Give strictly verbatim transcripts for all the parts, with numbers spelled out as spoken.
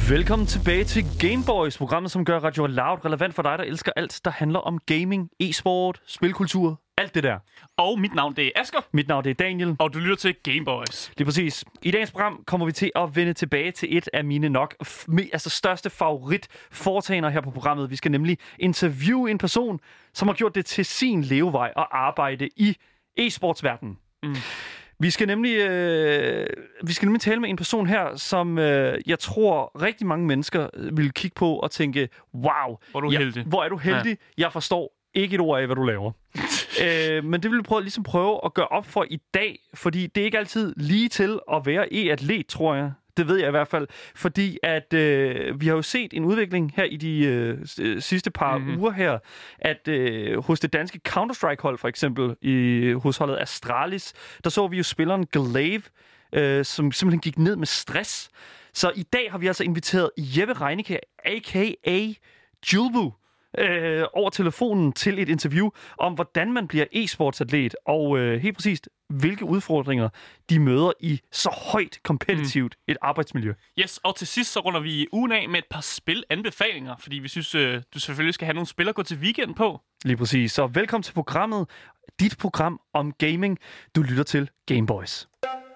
Velkommen tilbage til Gameboys, programmet, som gør Radio Loud relevant for dig, der elsker alt, der handler om gaming, e-sport, spilkultur, alt det der. Og mit navn, det er Asger. Mit navn, det er Daniel. Og du lytter til Gameboys. Lige præcis. I dagens program kommer vi til at vende tilbage til et af mine nok f- altså største favoritforetagender her på programmet. Vi skal nemlig interviewe en person, som har gjort det til sin levevej at arbejde i e-sportsverdenen. Mm. Vi skal nemlig øh, vi skal nemlig tale med en person her, som øh, jeg tror rigtig mange mennesker vil kigge på og tænke, wow, hvor er du ja, heldig. Hvor er du heldig? Ja. Jeg forstår ikke et ord af, hvad du laver. øh, men det vil vi prøve, ligesom prøve at gøre op for i dag, fordi det er ikke altid lige til at være e-atlet, tror jeg. Det ved jeg i hvert fald, fordi at øh, vi har jo set en udvikling her i de øh, sidste par mm-hmm. uger her, at øh, hos det danske Counter-Strike-hold for eksempel, i, hos holdet Astralis, der så vi jo spilleren Glaive, øh, som simpelthen gik ned med stress. Så i dag har vi altså inviteret Jeppe Reinicke, a k a. Julbu, øh, over telefonen til et interview om, hvordan man bliver e-sportsatlet, og øh, helt præcist, hvilke udfordringer de møder i så højt kompetitivt mm. et arbejdsmiljø. Yes, og til sidst så runder vi ugen af med et par spilanbefalinger, fordi vi synes, øh, du selvfølgelig skal have nogle spil at gå til weekend på. Lige præcis. Så velkommen til programmet. Dit program om gaming. Du lytter til Gameboys.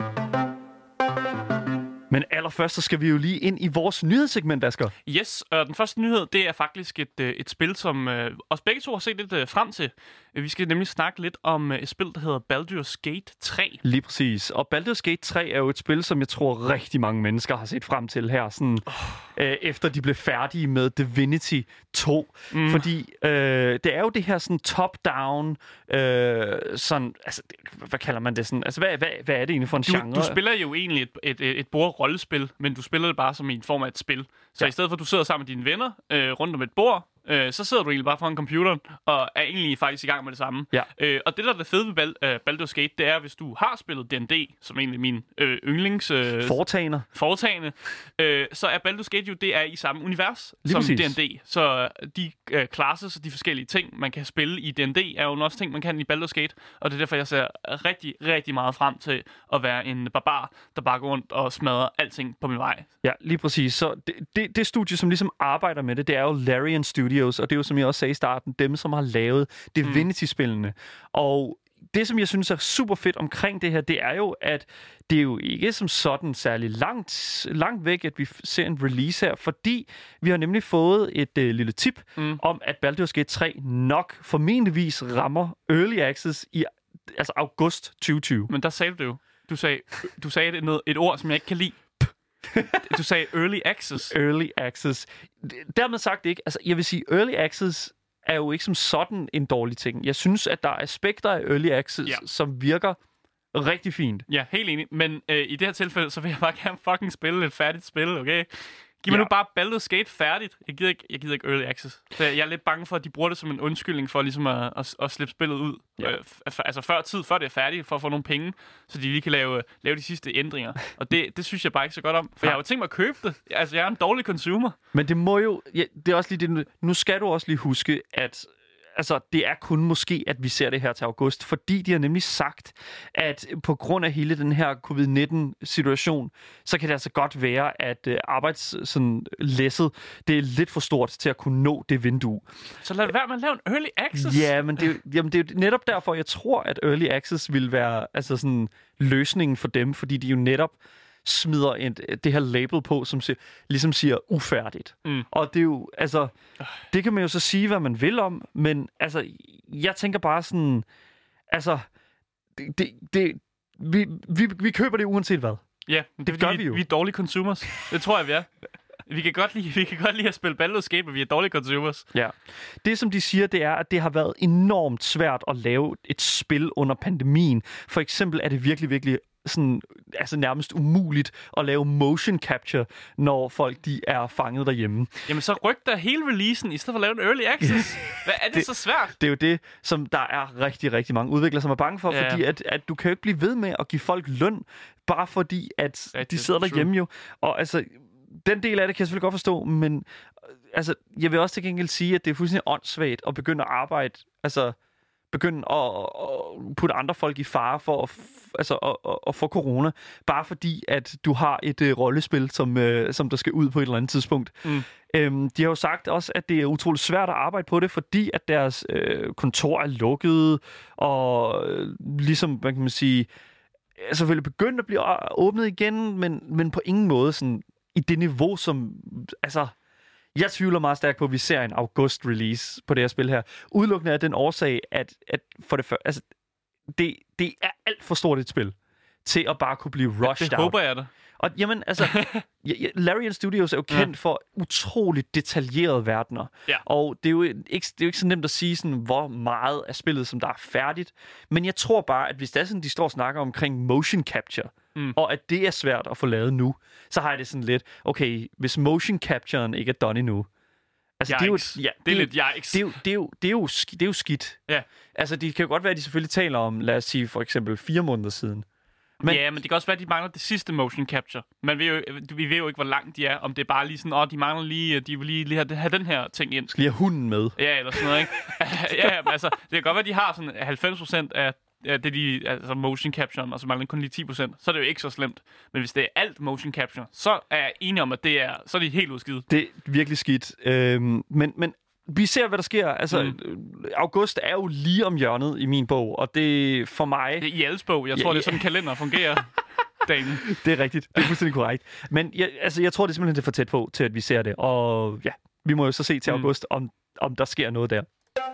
Men allerførst, så skal vi jo lige ind i vores nyhedssegment, Asger. Yes, og den første nyhed, det er faktisk et, et spil, som øh, os begge to har set lidt øh, frem til. Vi skal nemlig snakke lidt om øh, et spil, der hedder Baldur's Gate tre. Lige præcis. Og Baldur's Gate tre er jo et spil, som jeg tror rigtig mange mennesker har set frem til her, sådan, oh. øh, efter de blev færdige med Divinity to. Mm. Fordi øh, det er jo det her sådan top-down, øh, sådan, altså, hvad kalder man det sådan? Altså, hvad, hvad, hvad er det egentlig for en du, genre? Du spiller jo egentlig et, et, et, et bordrollespil, men du spiller det bare som i en form af et spil. Så ja. I stedet for, at du sidder sammen med dine venner øh, rundt om et bord, øh, så sidder du egentlig bare foran computeren og er egentlig faktisk i gang med det samme. Ja. Øh, og det, der er det fede ved Bal- uh, Baldur's Gate, det er, hvis du har spillet D and D, som egentlig min øh, yndlings... Øh, Foretagende. Foretagende. Øh, så er Baldur's Gate jo, det er i samme univers lige som præcis. D and D. Så de øh, classes og de forskellige ting, man kan spille i D and D, er jo også ting, man kan i Baldur's Gate. Og det er derfor, jeg ser rigtig, rigtig meget frem til at være en barbar, der bare går rundt og smadrer alting på min vej. Ja, lige præcis. Så det, det, det studie, som ligesom arbejder med det, det er jo Larian Studios, og det er jo, som jeg også sagde i starten, dem, som har lavet Divinity-spillene. Mm. Og det, som jeg synes er super fedt omkring det her, det er jo, at det er jo ikke som sådan særlig langt, langt væk, at vi ser en release her, fordi vi har nemlig fået et øh, lille tip mm. om, at Baldur's Gate tre nok formentligvis rammer Early Access i altså august tyve tyve. Men der sagde du det jo. Du sagde, du sagde det noget, et ord, som jeg ikke kan lide. Du sagde Early Access. Early Access. Dermed sagt ikke, altså jeg vil sige, Early Access er jo ikke som sådan en dårlig ting. Jeg synes, at der er aspekter af Early Access, ja. som virker rigtig fint. Ja, helt enig. Men øh, i det her tilfælde, så vil jeg bare gerne fucking spille et færdigt spil, okay? Giv mig ja. nu bare Baldur's Gate færdigt. Jeg gider ikke, jeg gider ikke Early Access. Så jeg er lidt bange for, at de bruger det som en undskyldning for ligesom at, at, at slippe spillet ud. Ja. Øh, f- altså før tid, før det er færdigt, for at få nogle penge, så de lige kan lave, lave de sidste ændringer. Og det, det synes jeg bare ikke så godt om. For ja. jeg har jo tænkt mig at købe det. Altså, jeg er en dårlig consumer. Men det må jo... Ja, det er også lige det... Nu skal du også lige huske, at... Altså, det er kun måske, at vi ser det her til august, fordi de har nemlig sagt, at på grund af hele den her covid nitten-situation, så kan det altså godt være, at uh, arbejdslæsset, det er lidt for stort til at kunne nå det vindue. Så lad det være med at lave en Early Access. Ja, men det, jamen, det er jo netop derfor, jeg tror, at Early Access vil være altså sådan, løsningen for dem, fordi de jo netop smider et, det her label på, som siger, ligesom siger ufærdigt. Mm. Og det er jo, altså, det kan man jo så sige, hvad man vil om, men altså, jeg tænker bare sådan, altså, det, det, det vi, vi, vi køber det uanset hvad. Ja, det, det gør vi, vi jo. Vi er dårlige consumers. Det tror jeg, vi er. Vi kan godt lide, vi kan godt lide at spille Baldur's Gate, men vi er dårlige consumers. Ja. Det, som de siger, det er, at det har været enormt svært at lave et spil under pandemien. For eksempel er det virkelig, virkelig sådan, altså nærmest umuligt at lave motion capture, når folk de er fanget derhjemme. Jamen så ryk der hele releasen, i stedet for at lave en early access. Hvad er det, det så svært? Det er jo det, som der er rigtig, rigtig mange udviklere, som er bange for, ja. fordi at, at du kan jo ikke blive ved med at give folk løn, bare fordi at ja, de sidder derhjemme jo. Og altså, den del af det kan jeg selvfølgelig godt forstå, men altså, jeg vil også til gengæld sige, at det er fuldstændig åndssvagt at begynde at arbejde altså begynde at, at putte andre folk i fare for at, f- altså, at, at, at få corona, bare fordi, at du har et uh, rollespil, som, uh, som der skal ud på et eller andet tidspunkt. Mm. Øhm, de har jo sagt også, at det er utroligt svært at arbejde på det, fordi at deres øh, kontor er lukket, og øh, ligesom, hvad kan man sige, er selvfølgelig begyndt at blive åbnet igen, men, men på ingen måde sådan i det niveau, som, altså, jeg tvivler meget stærkt på, at vi ser en august-release på det her spil her. Udelukkende af den årsag, at, at for det første, altså, det, det er alt for stort et spil til at bare kunne blive rushed out. Det håber jeg da. Og jamen, altså, Larian Studios er jo kendt ja. for utroligt detaljerede verdener. Ja. Og det er, jo ikke, det er jo ikke så nemt at sige, sådan, hvor meget af spillet, som der er færdigt. Men jeg tror bare, at hvis det er sådan, de står og snakker omkring motion capture, mm. og at det er svært at få lavet nu, så har jeg det sådan lidt, okay, hvis motion capturen ikke er done endnu, altså, det er jo, ja, det er lidt yikes. Det er jo, det er jo, det er jo, det er jo skidt. Ja. Altså, det kan jo godt være, at de selvfølgelig taler om, lad os sige, for eksempel fire måneder siden. Men, ja, men det kan også være, at de mangler det sidste motion capture. Men vi ved jo, vi ved jo ikke, hvor langt de er. Om det er bare lige sådan, åh, oh, de mangler lige, de vil lige, lige have, have den her ting ind. Skal lige have hunden med? Ja, eller sådan noget, ikke? ja, altså, det kan godt være, at de har sådan halvfems procent af det, de, altså motion capture, og så mangler kun lige ti procent. Så er det jo ikke så slemt. Men hvis det er alt motion capture, så er jeg enig om, at det er, så er det helt udskidt. Det er virkelig skidt. Øhm, men, men vi ser, hvad der sker. Altså, mm. august er jo lige om hjørnet i min bog, og det for mig... Det er i alles bog. Jeg tror, ja, det er sådan, en kalender fungerer. Det er rigtigt. Det er fuldstændig korrekt. Men jeg, altså, jeg tror, det er simpelthen det er for tæt på, til at vi ser det. Og ja, vi må jo så se til mm. august, om, om der sker noget der.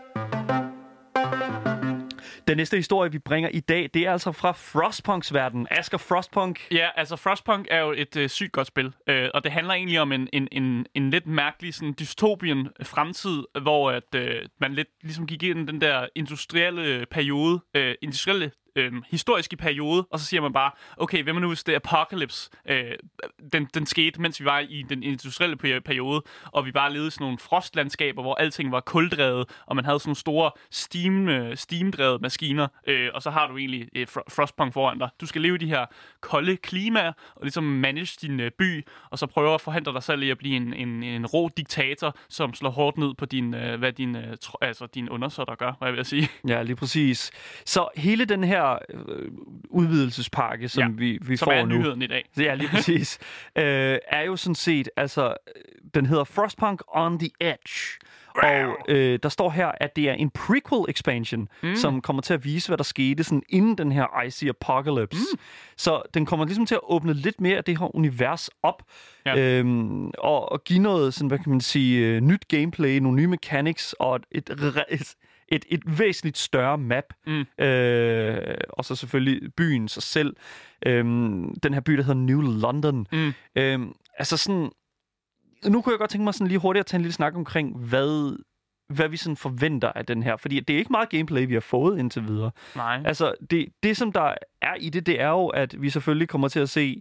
Den næste historie, vi bringer i dag, det er altså fra Frostpunks verden. Asger, Frostpunk. Ja, altså Frostpunk er jo et øh, sygt godt spil, øh, og det handler egentlig om en, en, en, en lidt mærkelig sådan dystopien fremtid, hvor at, øh, man lidt ligesom gik ind i den der industrielle periode, øh, industrielle Øhm, historiske periode, og så siger man bare, okay, hvad man nu, hvis det apocalypse, øh, den, den skete, mens vi var i den industrielle periode, og vi bare levede i sådan nogle frostlandskaber, hvor alting var kuldrevet, og man havde sådan nogle store steam, øh, steamdrevede maskiner, øh, og så har du egentlig øh, Frostpunk foran dig. Du skal leve i de her kolde klimaer, og ligesom manage din øh, by, og så prøve at forhindre dig selv i at blive en, en, en rå diktator, som slår hårdt ned på din, øh, hvad din, øh, tr- altså din undersåtter gør, hvad jeg vil sige. Ja, lige præcis. Så hele den her Øh, udvidelsespakke, som ja, vi, vi som får nu. Som er nyheden i dag. Ja, lige præcis. øh, er jo sådan set, altså, den hedder Frostpunk on the Edge. Wow. Og øh, der står her, at det er en prequel expansion, mm. som kommer til at vise, hvad der skete sådan inden den her Icy Apocalypse. Mm. Så den kommer ligesom til at åbne lidt mere af det her univers op, ja. øhm, og, og give noget, sådan, hvad kan man sige, uh, nyt gameplay, nogle nye mechanics, og et, et, et, et væsentligt større map. Mm. Øh, og så selvfølgelig byen sig selv. Øhm, den her by, der hedder New London. Mm. Øhm, altså sådan... Nu kunne jeg godt tænke mig sådan lige hurtigt at tage en lille snak omkring, hvad, hvad vi sådan forventer af den her. Fordi det er ikke meget gameplay, vi har fået indtil videre. Nej. Altså, det, det som der er i det, det er jo, at vi selvfølgelig kommer til at se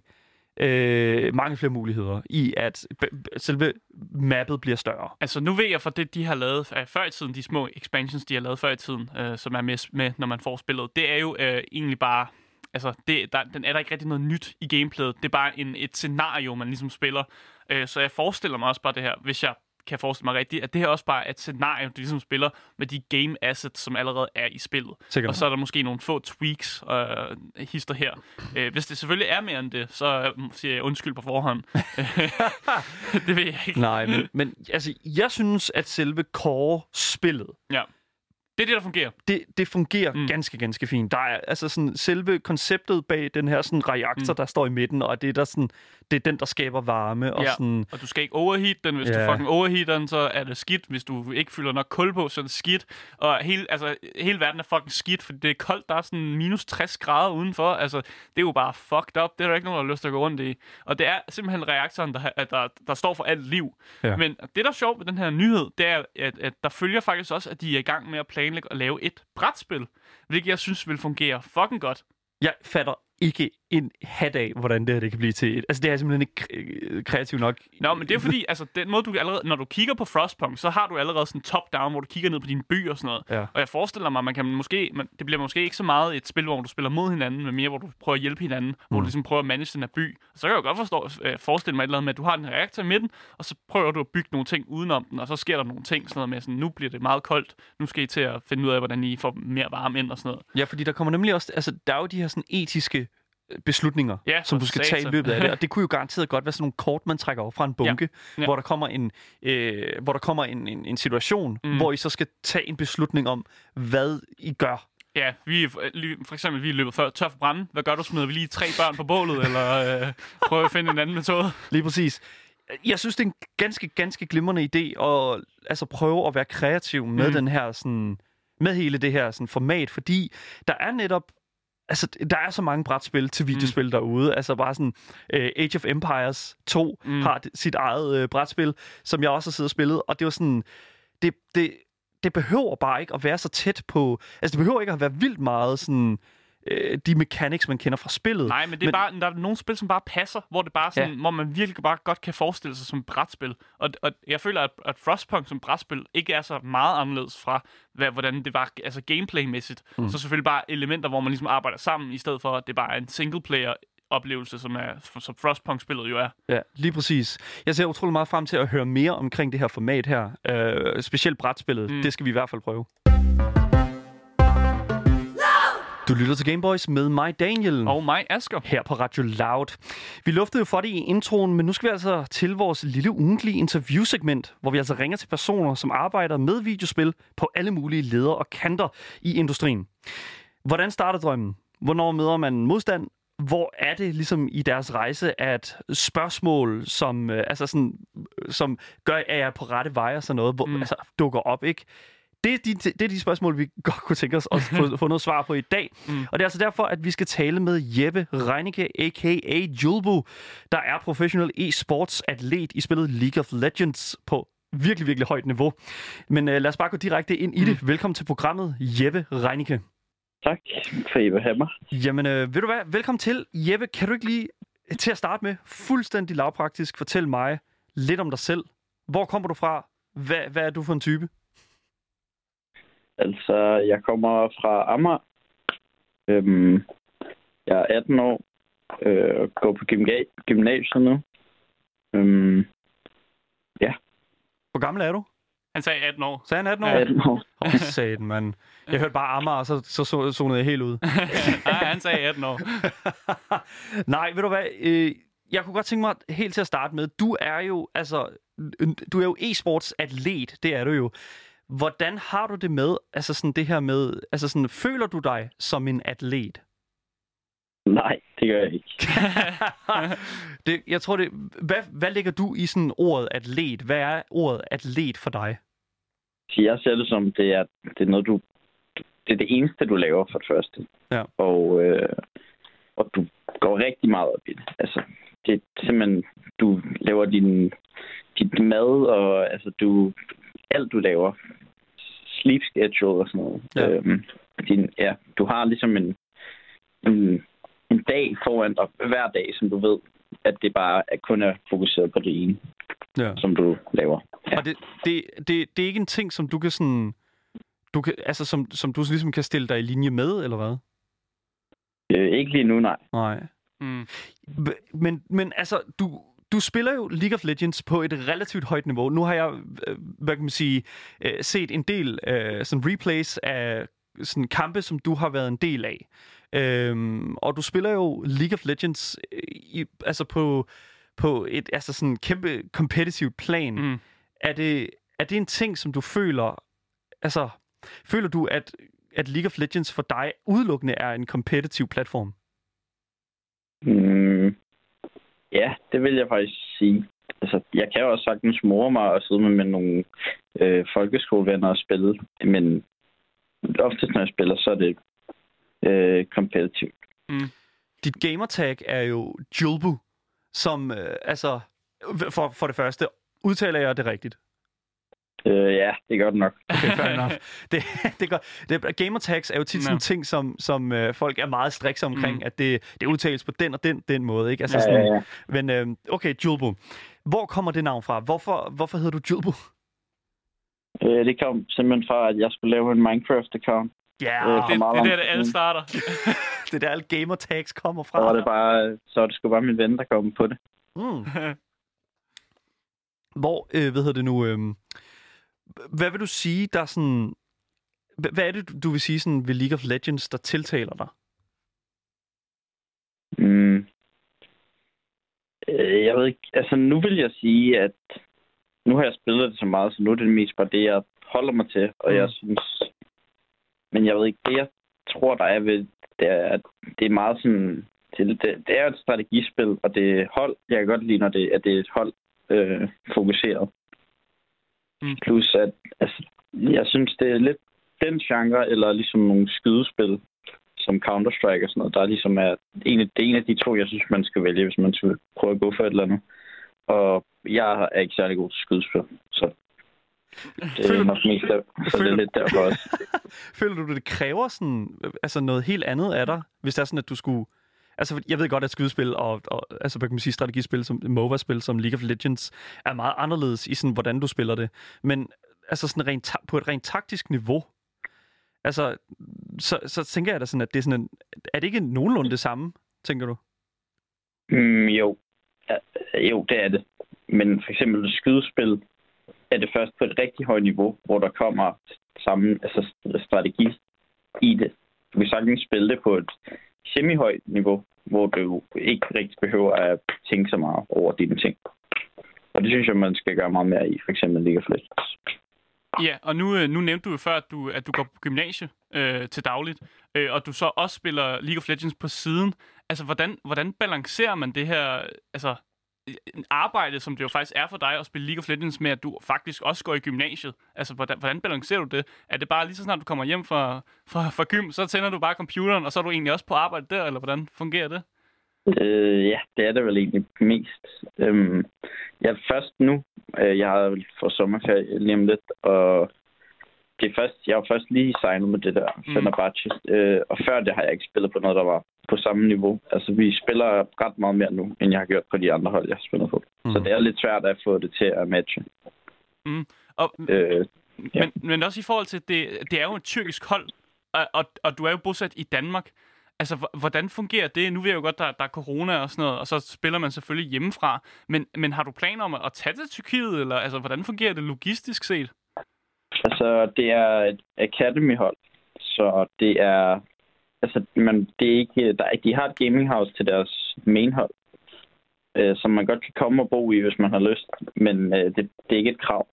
øh, mange flere muligheder i, at b- selve mappet bliver større. Altså, nu ved jeg fra det, de har lavet uh, før i tiden, de små expansions, de har lavet før i tiden, uh, som er med, med, når man får spillet, det er jo uh, egentlig bare... Altså, det, der, den er der ikke rigtig noget nyt i gameplayet. Det er bare en, et scenario, man ligesom spiller. Øh, så jeg forestiller mig også bare det her, hvis jeg kan forestille mig rigtigt, at det her også bare er et scenario, du ligesom spiller med de game assets, som allerede er i spillet. Sikkert. Og så er der måske nogle få tweaks og øh, hister her. Øh, hvis det selvfølgelig er mere end det, så siger jeg undskyld på forhånd. Det ved jeg ikke. Nej, men, men altså, jeg synes, at selve core-spillet... Ja. Det er det, der fungerer. Det, det fungerer mm. ganske, ganske fint. Der er altså sådan selve konceptet bag den her sådan reaktor, mm. der står i midten, og det er, der sådan, det er den, der skaber varme. Og, ja. sådan, og du skal ikke overheat den. Hvis ja. du fucking overheater den, så er det skidt. Hvis du ikke fylder nok kul på, så er det skidt. Og hele, altså, hele verden er fucking skidt, fordi det er koldt. Der er sådan minus tres grader udenfor. Altså, det er jo bare fucked up. Det er der ikke nogen, der har lyst til at gå rundt i. Og det er simpelthen reaktoren, der, der, der står for alt liv. Ja. Men det, der er sjovt med den her nyhed, det er, at, at der følger faktisk også, at de er i gang med at planlægge at lave et brætspil, hvilket jeg synes vil fungere fucking godt. Jeg fatter ikke en hat af, hvordan det her det kan blive til et. Altså, det er simpelthen ikke kreativt nok. Nå, men det er fordi, altså, den måde, du allerede, når du kigger på Frostpunk, så har du allerede sådan top-down, hvor du kigger ned på din by og sådan noget. Ja. Og jeg forestiller mig, man kan måske, man, det bliver måske ikke så meget et spil, hvor du spiller mod hinanden, men mere, hvor du prøver at hjælpe hinanden, mm. hvor du ligesom prøver at manage den her by. Så kan jeg jo godt forstå, øh, forestille mig et eller andet med, at du har en reaktor i midten, og så prøver du at bygge nogle ting udenom den, og så sker der nogle ting, sådan noget med, sådan, nu bliver det meget koldt, nu skal I til at finde ud af, hvordan I får mere varme ind og sådan noget. Ja, fordi der kommer nemlig også, altså, der er jo de her sådan etiske beslutninger, ja, som du skal tage i løbet af det. Og det kunne jo garanteret godt være sådan nogle kort, man trækker op fra en bunke, ja. Ja. hvor der kommer en, øh, hvor der kommer en, en, en situation, mm. hvor I så skal tage en beslutning om, hvad I gør. Ja, vi for eksempel vi er løbet før tør for brænde. Hvad gør du? Smider vi lige tre børn på bålet, eller øh, prøver at finde en anden metode? Lige præcis. Jeg synes, det er en ganske, ganske glimrende idé at altså, prøve at være kreativ med mm. den her sådan, med hele det her sådan, format, fordi der er netop altså, der er så mange brætspil til videospil mm. derude. Altså bare sådan, uh, Age of Empires to mm. har sit eget uh, brætspil, som jeg også har siddet og spillet, og det var sådan, det, det, det behøver bare ikke at være så tæt på, altså det behøver ikke at være vildt meget sådan, uh, de mechanics, man kender fra spillet. Nej, men det er men, bare, der er nogle spil, som bare passer, hvor det bare sådan, ja. hvor man virkelig bare godt kan forestille sig som et brætspil. Og, og jeg føler, at, at Frostpunk som brætspil ikke er så meget anderledes fra, hvad, hvordan det var altså gameplaymæssigt. Mm. Så selvfølgelig bare elementer, hvor man ligesom arbejder sammen, i stedet for, at det bare er en singleplayer oplevelse, som, er, som Frostpunk-spillet jo er. Ja, lige præcis. Jeg ser utrolig meget frem til at høre mere omkring det her format her. Uh, specielt brætspillet. Mm. Det skal vi i hvert fald prøve. Du lytter til Gameboys med mig, Daniel. Og mig, Asger. Her på Radio Loud. Vi luftede jo for det i introen, men nu skal vi altså til vores lille ugentlige interviewsegment, hvor vi altså ringer til personer, som arbejder med videospil på alle mulige leder og kanter i industrien. Hvordan starter drømmen? Hvornår møder man modstand? Hvor er det ligesom i deres rejse, at spørgsmål, som, øh, altså sådan, som gør, at jeg er på rette vej og sådan noget, hvor, mm. altså, dukker op, ikke? Det er, de, det er de spørgsmål, vi godt kunne tænke os at få, få noget svar på i dag. Mm. Og det er altså derfor, at vi skal tale med Jeppe Reinicke, a k a. Julbu, der er professionel e-sports-atlet i spillet League of Legends på virkelig, virkelig højt niveau. Men uh, lad os bare gå direkte ind i mm. det. Velkommen til programmet, Jeppe Reinicke. Tak, for I vil have mig. Jamen, øh, ved du hvad? Velkommen til. Jeppe, kan du ikke lige til at starte med fuldstændig lavpraktisk fortælle mig lidt om dig selv? Hvor kommer du fra? Hvad, hvad er du for en type? Altså, jeg kommer fra Amager. Øhm, jeg er atten år øh, og går på gymna- gymnasiet nu. Øhm, ja. Hvor gammel er du? Han sagde atten år. Sagde han atten år? atten år. Åh, oh, satan, mand. Jeg hørte bare Amager, og så, så, så zonede jeg helt ud. Nej, han sagde atten år. Nej, ved du hvad? Øh, jeg kunne godt tænke mig helt til at starte med. Du er jo, altså, du er jo e-sports-atlet. Det er du jo. Hvordan har du det med, altså sådan det her med, altså sådan, føler du dig som en atlet? Nej, det gør jeg ikke. det, jeg tror det, hvad, hvad lægger du i sådan ordet atlet? Hvad er ordet atlet for dig? Jeg ser det som, det er, det er noget, du, det er det eneste, du laver for det første. Ja. Og, øh, og du går rigtig meget op i det. Altså, det er simpelthen, du laver din, dit mad, og altså, du, alt du laver, sleep schedule og sådan noget. Ja. Øhm, din, ja, du har ligesom en, en, en dag foran dig, hver dag, som du ved, at det bare er kun er fokuseret på det ene, ja. Som du laver. Ja. Og det, det, det, det er ikke en ting, som du kan sådan, du kan, altså som, som du ligesom kan stille dig i linje med, eller hvad? Øh, ikke lige nu, nej. Nej. Mm. Men, men altså, du, du spiller jo League of Legends på et relativt højt niveau. Nu har jeg, hvad kan man sige, set en del sådan replays af sådan kampe, som du har været en del af. Øhm, og du spiller jo League of Legends i, altså på, på et altså sådan kæmpe competitive plan. Mm. Er det, er det en ting, som du føler, altså, føler du, at, at League of Legends for dig udelukkende er en competitive platform? Mm. Ja, det vil jeg faktisk sige. Altså, jeg kan jo også sagtens more mig og sidde med, med nogle øh, folkeskolevenner og spille, men oftest når jeg spiller, så er det øh, competitive. Mm. Dit gamertag er jo Julbu, som, øh, altså, for, for det første, udtaler jeg det rigtigt? Øh, ja, det gør det nok. Okay, fair enough. Det, det gør, det, gamertags er jo tit sådan en ting, som, som øh, folk er meget strikse omkring, mm. at det, det udtales på den og den, den måde, ikke? Altså, ja, sådan, ja, ja. Men øh, okay, Julbo. Hvor kommer det navn fra? Hvorfor, hvorfor hedder du Julbo? Øh, det kom simpelthen fra, at jeg skulle lave en Minecraft-account. Ja, yeah, øh, det, det er der, det alle starter. Det er der, alle gamertags kommer fra. Så var det bare, så var det sgu bare min ven, der kom på det. Mm. Hvor, øh, hvad hedder det nu... Øh, hvad vil du sige, der er sådan... Hvad er det, du vil sige sådan ved League of Legends, der tiltaler dig? Mm. Øh, jeg ved ikke... Altså, nu vil jeg sige, at nu har jeg spillet det så meget, så nu er det mest bare det, jeg holder mig til. Og mm. jeg synes... Men jeg ved ikke, det jeg tror, der er ved... Det er, at det er meget sådan... Det, det, det er et strategispil, og det er hold. Jeg kan godt lide, når det, at det er et hold øh, fokuseret. Mm. Plus, at altså, jeg synes, det er lidt den genre, eller ligesom nogle skydespil, som Counter-Strike og sådan noget, der ligesom er en af, det er en af de to, jeg synes, man skal vælge, hvis man skal prøve at gå for et eller andet. Og jeg er ikke særlig god til skydespil, så det føler er nok mest der, så det er lidt derfor også. Føler du, det kræver sådan, altså noget helt andet af dig, hvis det er sådan, at du skulle... Altså, jeg ved godt, at skydespil og, og altså, hvad kan man sige, strategispil, som MOBA-spil, som League of Legends, er meget anderledes i sådan, hvordan du spiller det. Men altså sådan rent ta- på et rent taktisk niveau, altså, så, så tænker jeg da sådan, at det er sådan en... Er det ikke nogenlunde det samme, tænker du? Mm, jo. Ja, jo, det er det. Men for eksempel skydespil er det først på et rigtig højt niveau, hvor der kommer sammen, altså strategi i det. Du kan sagtens spille det på et semi-højt niveau, hvor du ikke rigtig behøver at tænke så meget over dine ting. Og det synes jeg, man skal gøre meget mere i, for eksempel League of Legends. Ja, og nu, nu nævnte du jo før, at du, at du går på gymnasie øh, til dagligt, øh, og du så også spiller League of Legends på siden. Altså, hvordan, hvordan balancerer man det her altså, arbejde, som det jo faktisk er for dig at spille League of Legends, med at du faktisk også går i gymnasiet? Altså, hvordan, hvordan balancerer du det? Er det bare lige så snart du kommer hjem fra, fra, fra gym, så tænder du bare computeren, og så er du egentlig også på arbejde der, eller hvordan fungerer det? Øh, ja, det er det vel egentlig mest. Øhm, jeg er først nu. Øh, jeg har fået sommerferie lige om lidt, og det er først, jeg har først lige signet med det der mm. Fenerbahce. Øh, og før det har jeg ikke spillet på noget, der var på samme niveau. Altså, vi spiller ret meget mere nu, end jeg har gjort på de andre hold, jeg har spillet på. Mm. Så det er lidt svært at få det til at matche. Mm. Og, øh, ja. men, men også i forhold til, det, det er jo et tyrkisk hold, og, og, og du er jo bosat i Danmark. Altså, hvordan fungerer det? Nu ved jeg jo godt, der, der er corona og sådan noget, og så spiller man selvfølgelig hjemmefra. Men, men har du planer om at tage til Tyrkiet, eller altså, hvordan fungerer det logistisk set? Altså, det er et academy-hold, så det er... Altså, man, det er ikke... Der er, de har et gaming house til deres main-hold, øh, som man godt kan komme og bo i, hvis man har lyst, men øh, det, det er ikke et krav.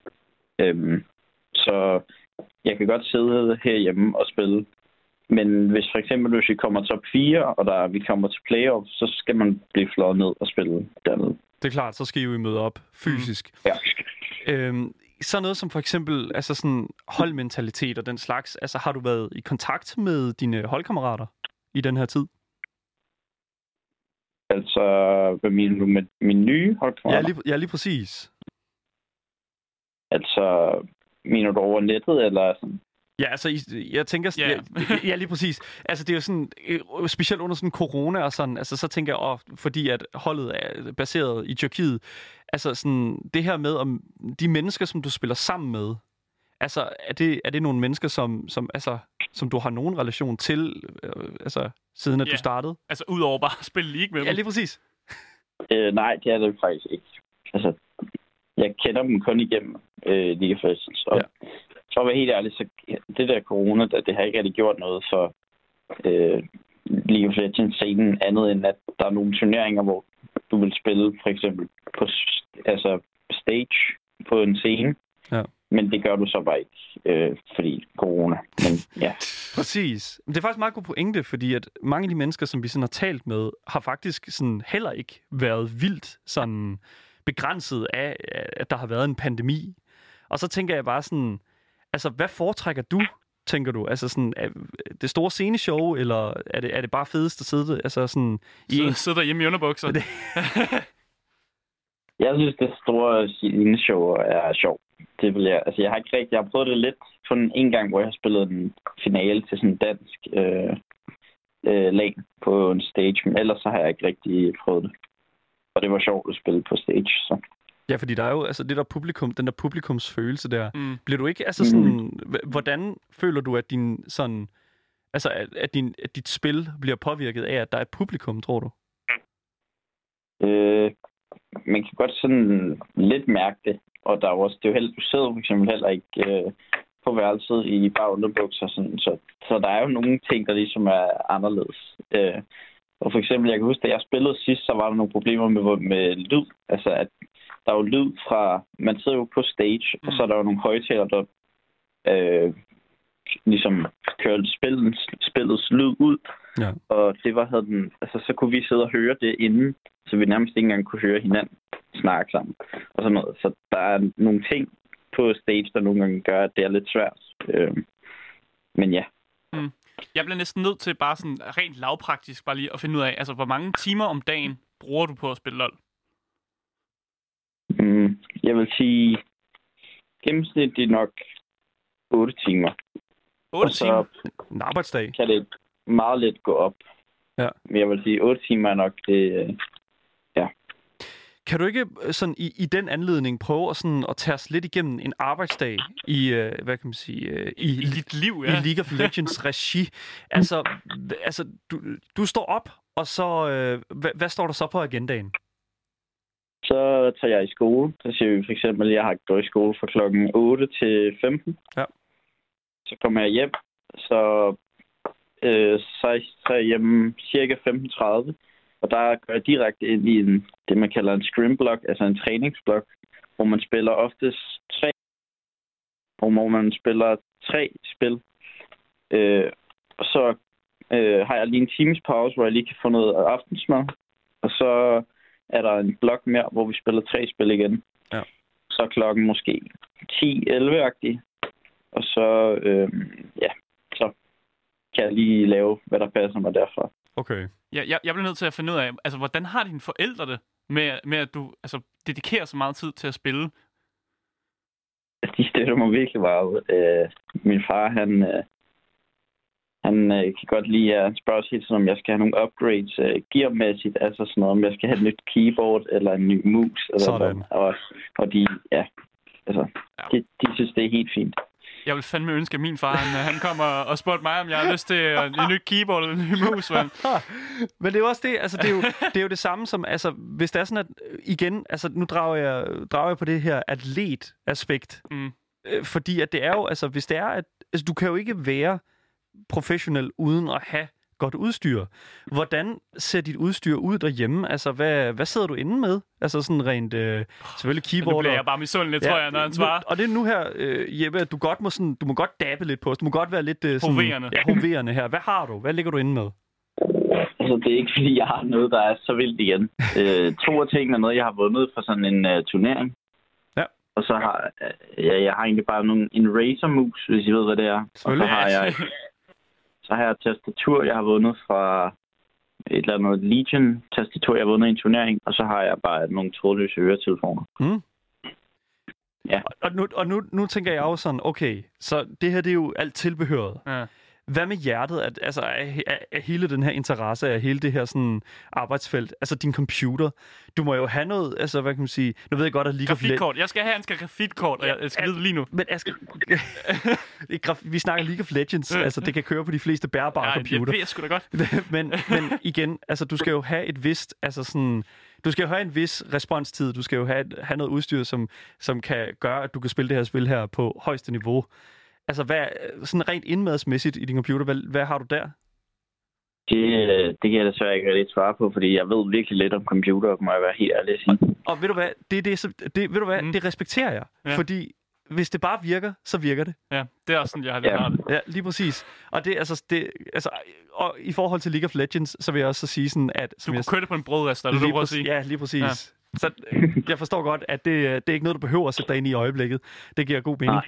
Øhm, så jeg kan godt sidde herhjemme og spille. Men hvis for eksempel, hvis vi kommer top fire, og der, vi kommer til playoff, så skal man blive flået ned og spille dernede. Det er klart, så skal I jo møde op fysisk. Mm. Ja. Øhm, så noget som for eksempel altså sådan holdmentalitet og den slags. Altså, har du været i kontakt med dine holdkammerater i den her tid? Altså, hvad mener du med mine nye holdkammerater? Ja, lige, ja, lige præcis. Altså, mener du over nettet, eller sådan? Ja, altså, jeg tænker... Yeah. ja, ja, lige præcis. Altså, det er jo sådan... Specielt under sådan corona og sådan... Altså, så tænker jeg, åh, fordi at holdet er baseret i Tyrkiet. Altså, sådan... Det her med, om de mennesker, som du spiller sammen med... Altså, er det, er det nogle mennesker, som, som, altså, som du har nogen relation til, øh, altså, siden at yeah. du startede? Altså, udover bare at spille League med dem? Ja, lige præcis. Øh, nej, det er det faktisk ikke. Altså, jeg kender dem kun igennem øh, League of Legends. Og ja. For at være helt ærlig, så det der corona, der, det har ikke rigtig gjort noget for øh, League of Legends-scenen, andet end at der er nogle turneringer, hvor du vil spille for eksempel på altså stage på en scene. Ja. Men det gør du så bare ikke, øh, fordi corona. Men, ja. Præcis. Det er faktisk meget god pointe, fordi at mange af de mennesker, som vi sådan har talt med, har faktisk sådan heller ikke været vildt sådan begrænset af, at der har været en pandemi. Og så tænker jeg bare sådan, altså hvad foretrækker du, tænker du? Altså sådan, det store sceneshow, eller er det, er det bare fedest at sidde, altså sådan... I en... Sidde derhjemme i underbukser. Jeg synes, det store sceneshow er sjovt. det vil jeg... Altså, jeg har ikke rigtig... Jeg har prøvet det lidt for en, en gang, hvor jeg har spillet en finale til sådan en dansk øh, øh, lag på en stage, men ellers så har jeg ikke rigtig prøvet det. Og det var sjovt at spille på stage, så... Ja, fordi der er jo altså det der publikum, den der publikumsfølelse der. Mm. Bliver du ikke altså sådan mm. hvordan føler du at din sådan altså at, at din at dit spil bliver påvirket af at der er et publikum, tror du? Øh, man kan godt sådan lidt mærke det, og der er også det er jo heller, du sidder for eksempel heller ikke øh, på værelset i bare underbukser sådan, så så der er jo nogle ting der ligesom er anderledes. Øh, og for eksempel jeg kan huske da jeg spillede sidst, så var der nogle problemer med med lyd, altså at der er jo lyd fra... Man sidder jo på stage, mm. og så er der jo nogle højtalere, der øh, ligesom kører spillets, spillets lyd ud. Ja. Og det var, havde den... Altså, så kunne vi sidde og høre det inden, så vi nærmest ikke engang kunne høre hinanden snakke sammen. Og sådan noget. Så der er nogle ting på stage, der nogle gange gør, at det er lidt svært. Øh, men ja. Mm. Jeg bliver næsten nødt til bare sådan rent lavpraktisk bare lige at finde ud af, altså hvor mange timer om dagen bruger du på at spille LoL? Mm, jeg vil sige, gennemsnitligt nok otte timer. otte timer? En arbejdsdag? Kan det meget let gå op. Ja. Men jeg vil sige, otte timer er nok det, ja. Kan du ikke sådan i, i den anledning prøve at, sådan, at tage os lidt igennem en arbejdsdag i, uh, hvad kan man sige, uh, i, I dit liv, ja. i League of Legends regi? Altså, altså du, du står op, og så, uh, hvad, hvad står der så på agendaen? Så tager jeg i skole. Så siger vi for eksempel, at jeg har gået i skole fra klokken otte til femten. Ja. Så kommer jeg hjem. Så, øh, så er jeg hjemme cirka femten tredive. Og der går jeg direkte ind i en, det, man kalder en scrimblok, altså en træningsblok, hvor man spiller oftest tre, hvor man spiller tre spil. Øh, og så øh, har jeg lige en times pause, hvor jeg lige kan få noget aftensmad. Og så er der en blok mere, hvor vi spiller tre spil igen. Ja. Så er klokken måske ti elleve-agtig. Og så, øh, ja, så kan jeg lige lave, hvad der passer mig derfra. Okay. Ja, jeg, jeg bliver nødt til at finde ud af, altså, hvordan har dine forældre det med, med at du altså, dedikerer så meget tid til at spille? De støtter mig virkelig meget. Øh, min far, han, øh, han øh, kan godt lide, at han spørger sig hele tiden, om jeg skal have nogle upgrades øh, gearmæssigt, altså sådan noget, om jeg skal have et nyt keyboard eller en ny mus. Eller sådan. Og, og de, ja, altså, ja. De, de synes, det er helt fint. Jeg vil fandme ønske, at min far han, han kommer og spurgte mig, om jeg har lyst til en ny keyboard eller en ny mus. Men, men det er jo også det, altså det er jo det, er jo det samme som, altså hvis det er sådan, at igen, altså nu drager jeg, drager jeg på det her atlet-aspekt. Mm. Øh, fordi at det er jo, altså hvis det er, at altså, du kan jo ikke være professionel uden at have godt udstyr. Hvordan ser dit udstyr ud derhjemme? Altså, hvad, hvad sidder du inde med? Altså sådan rent, øh, selvfølgelig keyboard. Nu bliver jeg bare misundelig, tror ja, jeg, når han svarer. Nu, og det er nu her, øh, Jeppe, at du godt må sådan, du må godt dabbe lidt på os. Du må godt være lidt øh, sådan... Hoverende. Ja, hoverende her. Hvad har du? Hvad ligger du inde med? Altså, det er ikke, fordi jeg har noget, der er så vildt igen. øh, to af tingene er noget, jeg har vundet fra sådan en uh, turnering. Ja. Og så har uh, ja, jeg har egentlig bare nogle, en Razer-mus, hvis I ved, hvad det er. Og så har jeg... Så har jeg et tastatur, jeg har vundet fra et eller andet Legion-tastatur, jeg har vundet i en turnering. Og så har jeg bare nogle trådløse øretelefoner. Mm. Ja. Og, nu, og nu, nu tænker jeg jo sådan, okay, så det her det er jo alt tilbehøret. Ja. Hvad med hjertet, at, altså af, af, af hele den her interesse, af hele det her sådan arbejdsfelt, altså din computer, du må jo have noget, altså hvad kan man sige, nu ved jeg godt, at League of Legends... Grafikkort, jeg skal have en grafikkort, og jeg skal vide lige nu. Men Asger, vi snakker League of Legends, altså det kan køre på de fleste bærbare ja, computer. Ja, det sgu da godt. men, men igen, altså du skal jo have et vist, altså sådan... Du skal jo have en vis responstid, du skal jo have, have noget udstyr, som, som kan gøre, at du kan spille det her spil her på højeste niveau. Altså, hvad, sådan rent indmadsmæssigt i din computer, hvad, hvad har du der? Det, det kan jeg desværre ikke rigtig svare på, fordi jeg ved virkelig lidt om computer, må jeg være helt ærlig at sige. Og, og ved du hvad, det, det, det, ved du hvad, mm. det respekterer jeg, ja. Fordi hvis det bare virker, så virker det. Ja, det er også sådan, jeg har lidt ja. det. Ja, lige præcis. Og det, altså, det, altså, og i forhold til League of Legends, så vil jeg også så sige sådan, at... Du kunne jeg, køre det på en brødrester, eller du prøver at sige? Ja, lige præcis. Ja. Så jeg forstår godt, at det, det er ikke noget, du behøver at sætte dig ind i øjeblikket. Det giver god mening.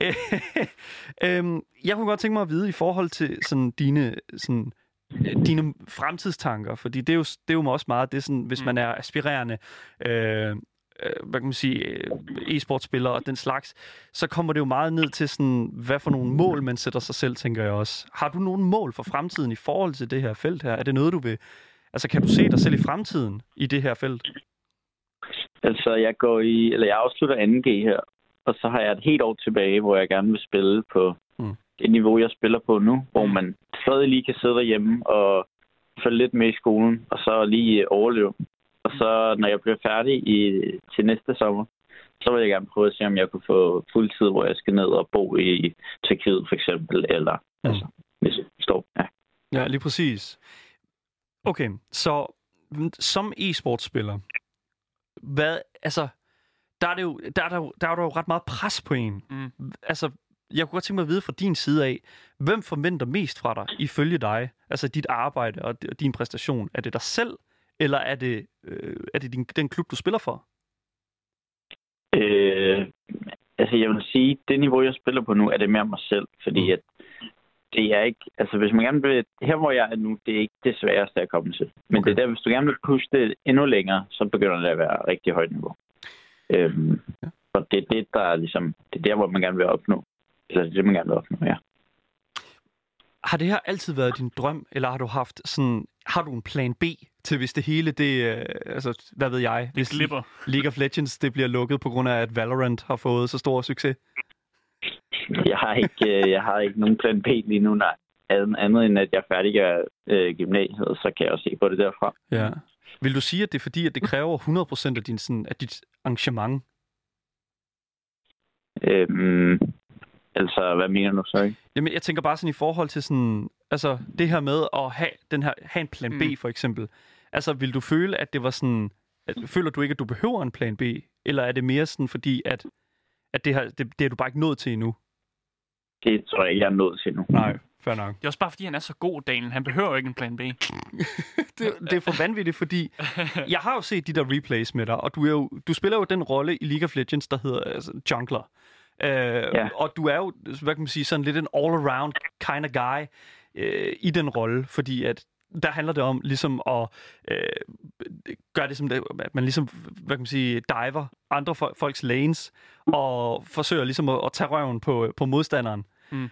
øhm, jeg kunne godt tænke mig at vide i forhold til sådan dine, sådan, dine fremtidstanker, fordi det er jo, det er jo også meget, det er sådan, hvis man er aspirerende øh, øh, hvad kan man sige, øh, e-sportspillere og den slags, så kommer det jo meget ned til sådan, hvad for nogle mål man sætter sig selv, tænker jeg også. Har du nogle mål for fremtiden i forhold til det her felt her? Er det noget, du vil... Altså, kan du se dig selv i fremtiden i det her felt? Altså, jeg går i... Eller jeg afslutter anden G her, og så har jeg et helt år tilbage, hvor jeg gerne vil spille på mm. det niveau, jeg spiller på nu, hvor man stadig lige kan sidde derhjemme og følge lidt med i skolen, og så lige overleve. Og så, når jeg bliver færdig i, til næste sommer, så vil jeg gerne prøve at se, om jeg kunne få fuldtid, hvor jeg skal ned og bo i Tyrkiet, for eksempel, eller mm. altså, hvis jeg står. Ja. Ja, lige præcis. Okay, så som e-sportspiller, hvad, altså, der er, det jo, der, er der, jo, der er der jo ret meget pres på en. Mm. Altså, jeg kunne godt tænke mig at vide fra din side af, hvem forventer mest fra dig, ifølge dig? Altså dit arbejde og din præstation. Er det dig selv, eller er det, øh, er det din, den klub, du spiller for? Øh, altså, jeg vil sige, det niveau, jeg spiller på nu, er det mere mig selv. Fordi at det er ikke... Altså, hvis man gerne vil... Her, hvor jeg er nu, det er ikke det sværeste at komme til. Men okay. Det er der, hvis du gerne vil pushe det endnu længere, så begynder det at være rigtig højt niveau. Øhm, ja. Og det er det, der er ligesom... Det er der, hvor man gerne vil opnå. Eller det er det, man gerne vil opnå, ja. Har det her altid været din drøm, eller har du haft sådan... Har du en plan B til, hvis det hele, det... Øh, altså, hvad ved jeg? Hvis det glipper. League of Legends, det bliver lukket på grund af, at Valorant har fået så stor succes? Jeg har ikke, jeg har ikke nogen plan B lige nu, nej. Andet end, at jeg er færdig af øh, gymnasiet, så kan jeg også se på det derfra. Ja. Vil du sige, at det er fordi, at det kræver hundrede procent af, din, sådan, af dit engagement? Øhm, altså, hvad mener du så, ikke? Jamen, jeg tænker bare sådan i forhold til sådan... Altså, det her med at have, den her, have en plan B, mm. for eksempel. Altså, vil du føle, at det var sådan... At, føler du ikke, at du behøver en plan B? Eller er det mere sådan, fordi at, at det, her, det, det er du bare ikke nået til endnu? Det tror jeg ikke, jeg er nået til endnu. Nej, fair nok. Det er også bare, fordi han er så god, Daniel. Han behøver ikke en plan B. det, det er for vanvittigt, fordi jeg har jo set de der replays med dig, og du, er jo, du spiller jo den rolle i League of Legends, der hedder altså, jungler. Uh, ja. Og du er jo, hvad kan man sige, sådan lidt en all-around kind of guy uh, i den rolle, fordi at der handler det om ligesom at uh, gøre det som det, at man ligesom, hvad kan man sige, diver andre folks lanes og forsøger ligesom at, at tage røven på, på modstanderen. Mm.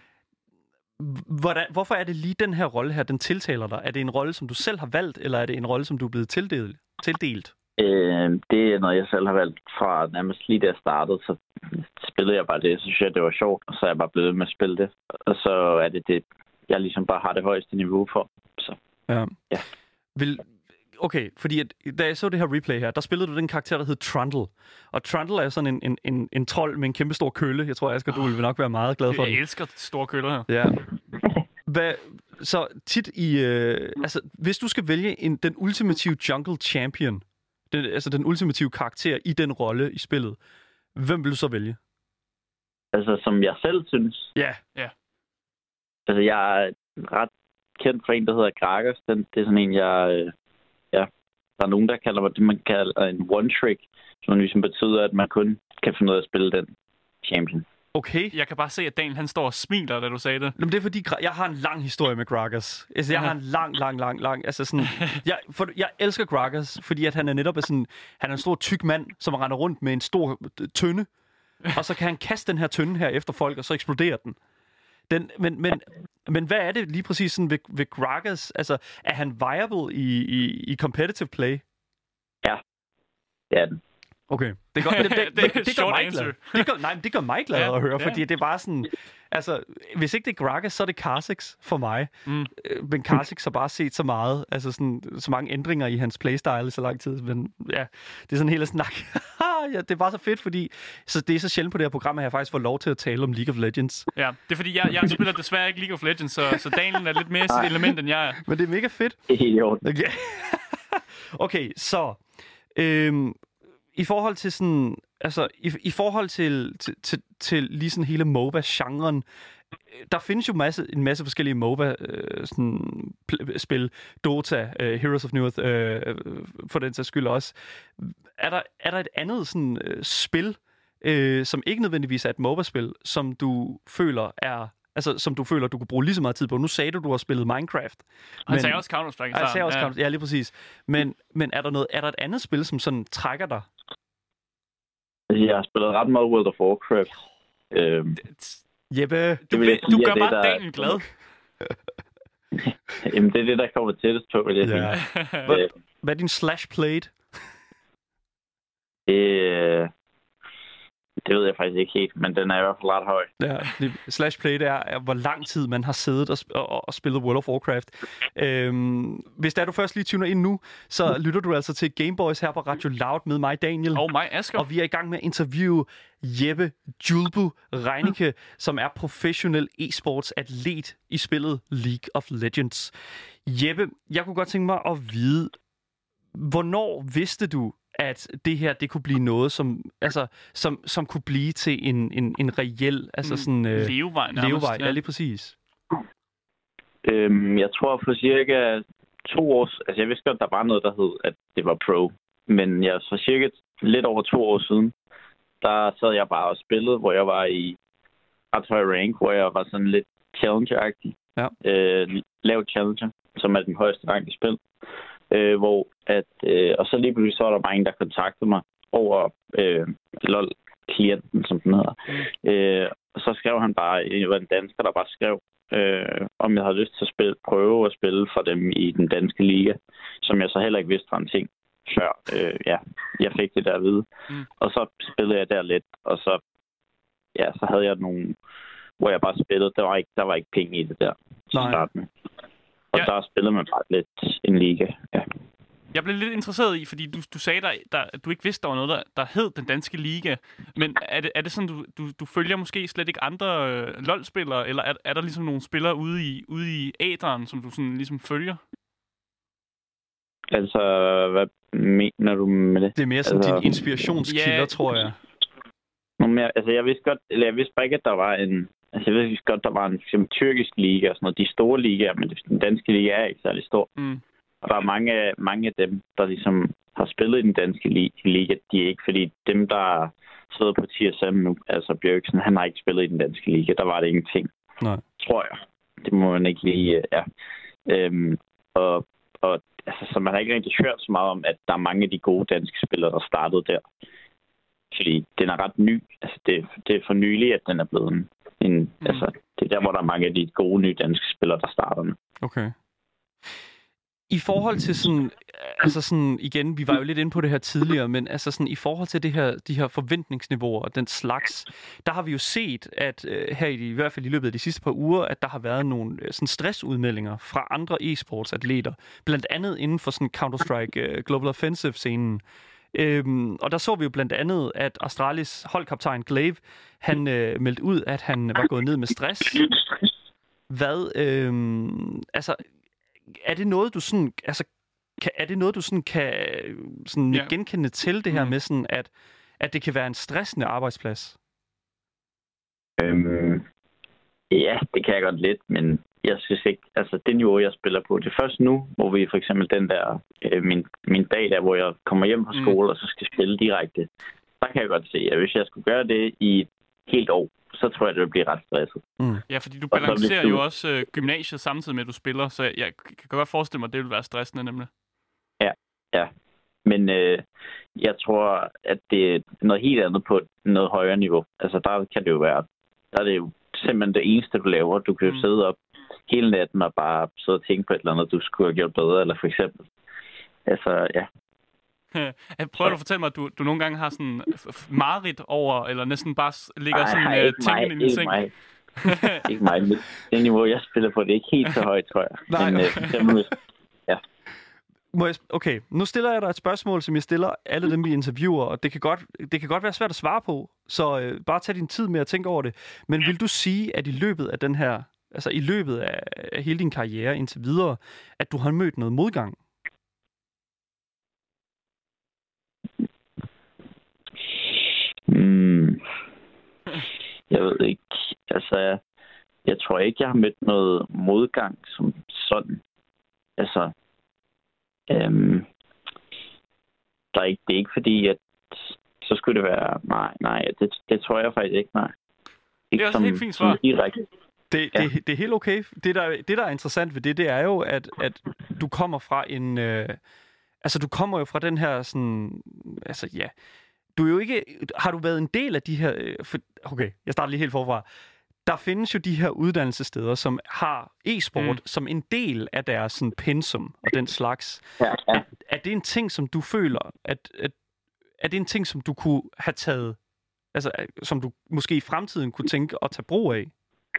Hvordan, hvorfor er det lige den her rolle her, den tiltaler dig? Er det en rolle, som du selv har valgt, eller er det en rolle, som du er blevet tildelt? tildelt? Øh, det er noget, jeg selv har valgt fra nærmest lige da jeg startede, så spillede jeg bare det. Så synes jeg, det var sjovt, og så er jeg bare blevet med at spille det. Og så er det det, jeg ligesom bare har det højeste niveau for. Så, ja. ja. Vil, okay, fordi at, da jeg så det her replay her, der spillede du den karakter, der hed Trundle. Og Trundle er sådan en, en, en, en trold med en kæmpe stor kølle. Jeg tror, Asger, du vil nok være meget glad for jeg den. Jeg elsker store køller her. Ja. Hvad, så tit i... Øh, altså, hvis du skal vælge en, den ultimative jungle champion, den, altså den ultimative karakter i den rolle i spillet, hvem vil du så vælge? Altså, som jeg selv synes? Ja. Ja. Altså, jeg er ret kendt for en, der hedder Gragas. Den, det er sådan en, jeg... Øh, ja, der er nogen, der kalder det, man kalder en one-trick, som ligesom betyder, at man kun kan finde ud af at spille den champion. Okay. Jeg kan bare se, at Daniel han står og smiler, da du sagde det. Jamen, det er fordi, jeg har en lang historie med Gragas. Altså, jeg har en lang, lang, lang, lang... Altså sådan... Jeg, for, jeg elsker Gragas, fordi at han er netop sådan... Han er en stor, tyk mand, som render rundt med en stor tønde. Og så kan han kaste den her tønde her efter folk, og så eksploderer den. den men, men, men hvad er det lige præcis sådan ved, ved Gragas? Altså, er han viable i, i, i competitive play? Ja, det er den. Okay, det gør, det, det, det, det, det gør mig glad. Det gør, nej, det gør mig glad ja, at høre, ja. Fordi det er bare sådan... Altså, hvis ikke det er Gragas, så er det Kha'Zix for mig. Mm. Men Kha'Zix har bare set så meget, altså sådan, så mange ændringer i hans playstyle i så lang tid. Men ja, det er sådan hele snak. Ja, det er bare så fedt, fordi så det er så sjældent på det her program, at jeg faktisk får lov til at tale om League of Legends. Ja, det er fordi, jeg, jeg spiller desværre ikke League of Legends, så, så Daniel er lidt mere sit element, end jeg er. Men det er mega fedt. Det er helt i orden. Okay, okay så... Øhm, I forhold til sådan, altså i, i forhold til, til, til, til lige sådan hele MOBA-genren, der findes jo masse, en masse forskellige MOBA-spil, Dota, uh, Heroes of Newerth, uh, for den sags skyld også. Er der, er der et andet sådan uh, spil, uh, som ikke nødvendigvis er et MOBA-spil, som du føler er, altså som du føler, du kunne bruge lige så meget tid på? Nu sagde du, du har spillet Minecraft. Han sagde også Counter-Strike. Han sagde også Counter-Strike, ja lige præcis. Men, men er der noget, er der et andet spil, som sådan trækker dig? Altså, jeg har spillet ret meget World of Warcraft. Øhm, Jeppe, Du, vil jeg du sige, gør at det, bare der- Daniel glad. jamen, det er det, der kommer tættest på, vil jeg sige. Ja. Øh, hvad er din slash plate? det, det ved jeg faktisk ikke helt, men den er i hvert fald ret høj. Ja, det- slash plate er, er, hvor lang tid man har siddet og, sp- og, og spillet World of Warcraft. Øhm, hvis der du først lige tuner ind nu, så lytter du altså til Gameboys her på Radio Loud med mig, Daniel. Og mig, Asger. Og vi er i gang med at interviewe Jeppe Julbu Reinicke, som er professionel e-sports atlet i spillet League of Legends. Jeppe, jeg kunne godt tænke mig at vide, hvornår vidste du, at det her det kunne blive noget, som altså som som kunne blive til en en en reel altså sådan øh, levevej nærmest. levevej, ja, lige præcis. Øhm, jeg tror for cirka to år... Altså, jeg vidste godt, der var noget, der hed, at det var pro. Men jeg for cirka lidt over to år siden, der sad jeg bare og spillede, hvor jeg var i ret høj rank, hvor jeg var sådan lidt challenger-agtig. Ja. Øh, lav challenger, som er den højeste rank i spil. Øh, hvor at, øh, og så lige pludselig så var der mange, der kontaktede mig over øh, LOL-klienten, som den hedder. Mm. Øh, og så skrev han bare, det var en dansker, der bare skrev, øh, om jeg havde lyst til at spille, prøve at spille for dem i den danske liga, som jeg så heller ikke vidste var en ting før. Øh, ja, jeg fik det der at vide. Mm. Og så spillede jeg der lidt, og så, ja, så havde jeg nogle, hvor jeg bare spillede. Der var ikke, der var ikke penge i det der til Nej. starten med. Og Ja. der spillede man bare lidt en liga, ja. Jeg blev lidt interesseret i, fordi du, du sagde, der, der, at du ikke vidste, der var noget, der, der hed den danske liga. Men er det, er det sådan, du, du, du følger måske slet ikke andre øh, LoL-spillere, eller er, er der ligesom nogle spillere ude i, ude i æderen, som du sådan ligesom følger? Altså, hvad mener du med det? Det er mere sådan Altså, din inspirationskilder, ja, tror jeg. Nå, men jeg, altså, jeg vidste godt, eller jeg vidste bare ikke, at der var en... Altså, jeg vidste godt, der var en for eksempel, tyrkisk liga og sådan noget. De store ligaer, men den danske liga er ikke særlig stor. Mm. Og der er mange, mange af dem, der ligesom har spillet i den danske li- liga, de er ikke, fordi dem, der sidder på T S M nu, altså Bjørksen, han har ikke spillet i den danske liga. Der var det ingenting. Nej. Tror jeg. Det må man ikke lige... Ja. Øhm, og, og altså, så man har ikke rigtig hørt så meget om, at der er mange af de gode danske spillere, der startede der. Fordi den er ret ny. Altså, det, det er for nylig, at den er blevet en... en mm. Altså, det er der, hvor der er mange af de gode nye danske spillere, der starter med. Okay. I forhold til sådan, altså sådan, igen, vi var jo lidt inde på det her tidligere, men altså sådan, i forhold til det her, de her forventningsniveauer og den slags, der har vi jo set, at øh, her i, i hvert fald i løbet af de sidste par uger, at der har været nogle øh, sådan stressudmeldinger fra andre e-sportsatleter, blandt andet inden for sådan Counter-Strike øh, Global Offensive-scenen. Øhm, og der så vi jo blandt andet, at Astralis holdkaptajn Glaive, han øh, meldte ud, at han var gået ned med stress. Hvad, øh, altså... Er det noget, du sådan, altså, kan, er det noget, du sådan kan sådan Ja. genkende til det her Mm. med sådan, at, at det kan være en stressende arbejdsplads? Øhm, ja, det kan jeg godt lidt, men jeg synes ikke, altså det niveau, jeg spiller på, det er først nu, hvor vi for eksempel den der, øh, min, min dag der, hvor jeg kommer hjem fra skole, mm. og så skal spille direkte, der kan jeg godt se, at hvis jeg skulle gøre det i et helt år, så tror jeg, det vil blive ret stresset. Mm. Ja, fordi du Og så balancerer hvis du- jo også øh, gymnasiet samtidig med, at du spiller, så jeg kan godt forestille mig, at det vil være stressende nemlig. Ja, men øh, jeg tror, at det er noget helt andet på noget højere niveau. Altså der kan det jo være, der er det jo simpelthen det eneste, du laver. Du kan jo Mm. mm. sidde op hele natten og bare sidde og tænke på et eller andet, du skulle have gjort bedre, eller for eksempel. Altså, ja. Prøver du at fortælle mig, at du, du nogle gange har sådan f- f- mareridt over, eller næsten bare s- ligger Ej, sådan ej, øh, ikke mig, tingene i din ikke seng? mig. Ikke mig. Men det niveau, jeg spiller på, det er ikke helt så højt, tror jeg. Nej, Men, okay. øh, simpelthen, Må jeg, okay, nu stiller jeg dig et spørgsmål, som jeg stiller alle dem, vi interviewer, og det kan godt, det kan godt være svært at svare på, så øh, bare tag din tid med at tænke over det. Men vil du sige, at i løbet af den her, altså i løbet af, af hele din karriere indtil videre, at du har mødt noget modgang? Mm. Jeg ved ikke. Altså, jeg, jeg tror ikke, jeg har mødt noget modgang som sådan. Altså, øhm, der er ikke, det er ikke fordi, at så skulle det være, nej, nej, det, det tror jeg faktisk ikke, nej. Ikke Det er også et helt fint svar. som direkte. Det, Ja. det, det er helt okay. Det der, det, der er interessant ved det, det er jo, at, at du kommer fra en... Øh, altså, du kommer jo fra den her sådan... Altså, ja... du er jo ikke... Har du været en del af de her... Øh, for, okay, jeg starter lige helt forfra. Der findes jo de her uddannelsessteder, som har e-sport mm. som en del af deres sådan, pensum og den slags. Ja, ja. Er, er det en ting, som du føler, at, at er det en ting, som du kunne have taget, altså som du måske i fremtiden kunne tænke at tage brug af?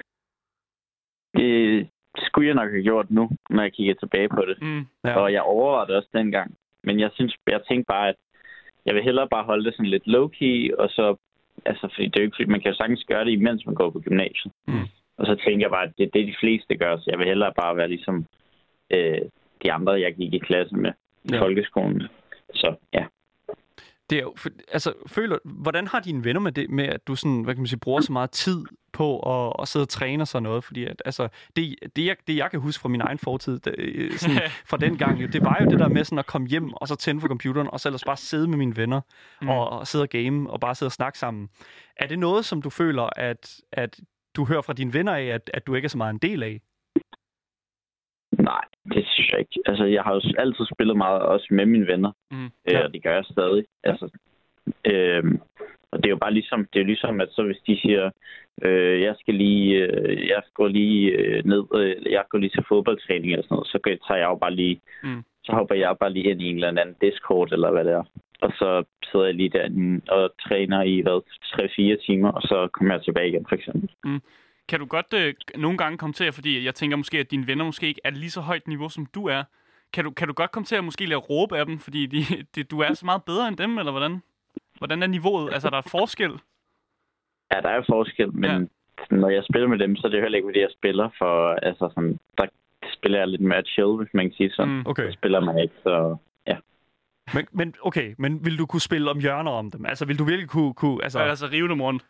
Det skulle jeg nok have gjort nu, når jeg kigger tilbage på det. Mm, ja. Og jeg overvejede det også dengang. Men jeg synes, jeg tænkte bare, at jeg vil hellere bare holde det sådan lidt low-key, og så, altså, fordi det er jo ikke, fordi man kan jo sagtens gøre det, imens man går på gymnasiet. Mm. Og så tænker jeg bare, at det er det, de fleste gør, så jeg vil hellere bare være ligesom øh, de andre, jeg gik i klasse med i ja. folkeskolen. Så ja. Det er jo, for, altså, føler, hvordan har dine venner med det, med at du sådan, hvad kan man sige, bruger så meget tid på at, at sidde og træne sådan noget? Fordi at, altså, det, det, jeg, det, jeg kan huske fra min egen fortid, det, sådan, fra den gang, jo, det var jo det der med sådan at komme hjem og så tænde for computeren, og så ellers bare sidde med mine venner mm. og, og sidde og game og bare sidde og snakke sammen. Er det noget, som du føler, at, at du hører fra dine venner af, at, at du ikke er så meget en del af? Nej, det synes jeg ikke. Altså, jeg har jo altid spillet meget også med mine venner, mm. ja. øh, og det gør jeg stadig. Altså, øh, og det er jo bare ligesom, det er jo ligesom, at så hvis de siger, øh, jeg skal lige, øh, jeg går lige øh, ned, øh, jeg går lige til fodboldtræning eller sådan noget, så tager jeg jo bare lige, mm. så hopper jeg bare lige ind i en eller anden Discord eller hvad det er. Og så sidder jeg lige der og træner i, hvad, tre fire timer, og så kommer jeg tilbage igen, for eksempel. Mm. Kan du godt øh, nogle gange komme til, fordi jeg tænker måske, at dine venner måske ikke er lige så højt niveau, som du er. Kan du, kan du godt komme til at måske lade råbe af dem, fordi de, de, du er så meget bedre end dem, eller hvordan? Hvordan er niveauet? Altså, er der et forskel? Ja, der er forskel, men ja. Når jeg spiller med dem, så er det heller ikke, fordi jeg spiller for, altså sådan, der spiller jeg lidt mere chill, hvis man kan sige sådan. Mm, okay. Så spiller man ikke, så ja. Men, men okay, men vil du kunne spille om hjørner om dem? Altså, vil du virkelig kunne... kunne altså... Ja, altså rive dem rundt.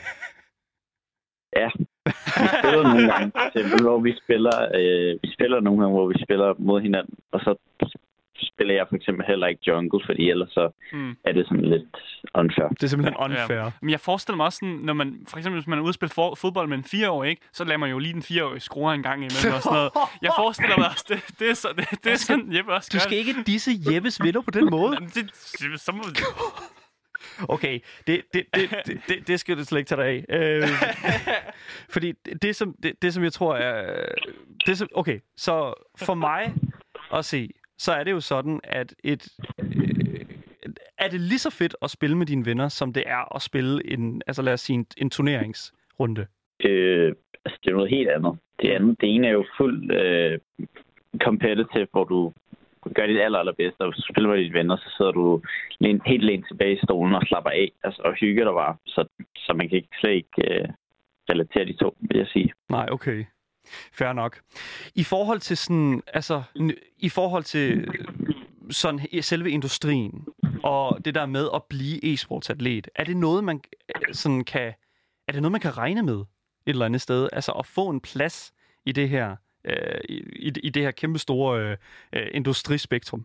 Ja, vi spiller nogle gange, hvor vi spiller, øh, vi spiller nogle gange, hvor vi spiller mod hinanden, og så spiller jeg for eksempel heller ikke jungle, fordi ellers så mm. er det sådan lidt unfair. Det er simpelthen unfair. Ja. Men jeg forestiller mig også sådan, når man, for eksempel hvis man er ude og spille for, fodbold med en fireårig, ikke, så lader man jo lige den fireårige skrue en gang imellem og sådan noget. Jeg forestiller mig også, det, det er, så, det, det er sådan, Jeppe også gør. Du skal ikke disse Jeppes venner på den måde. Jamen, det, så må det... Okay, det, det, det, det, det skal du slet ikke tage dig af. Øh, fordi det, det, som, det, det, som jeg tror er... Det, som, okay, så for mig at se, så er det jo sådan, at et... Øh, er det lige så fedt at spille med dine venner, som det er at spille en, altså lad os sige, en, en turneringsrunde? Øh, altså, det er noget helt andet. Det andet, det ene er jo fuldt øh, competitive, hvor du gør dit aller, allerbedste, og hvis du spiller med dine venner, så sidder du helt lænt tilbage i stolen og slapper af, altså, og hygger dig bare, så, så man kan ikke slet ikke øh, relatere de to, vil jeg sige. Nej, okay. Fair nok. I forhold til sådan, altså, i forhold til sådan selve industrien, og det der med at blive e-sportsatlet, er det noget, man sådan kan, er det noget, man kan regne med et eller andet sted? Altså at få en plads i det her, øh, i, i det her kæmpe store øh, industrispektrum?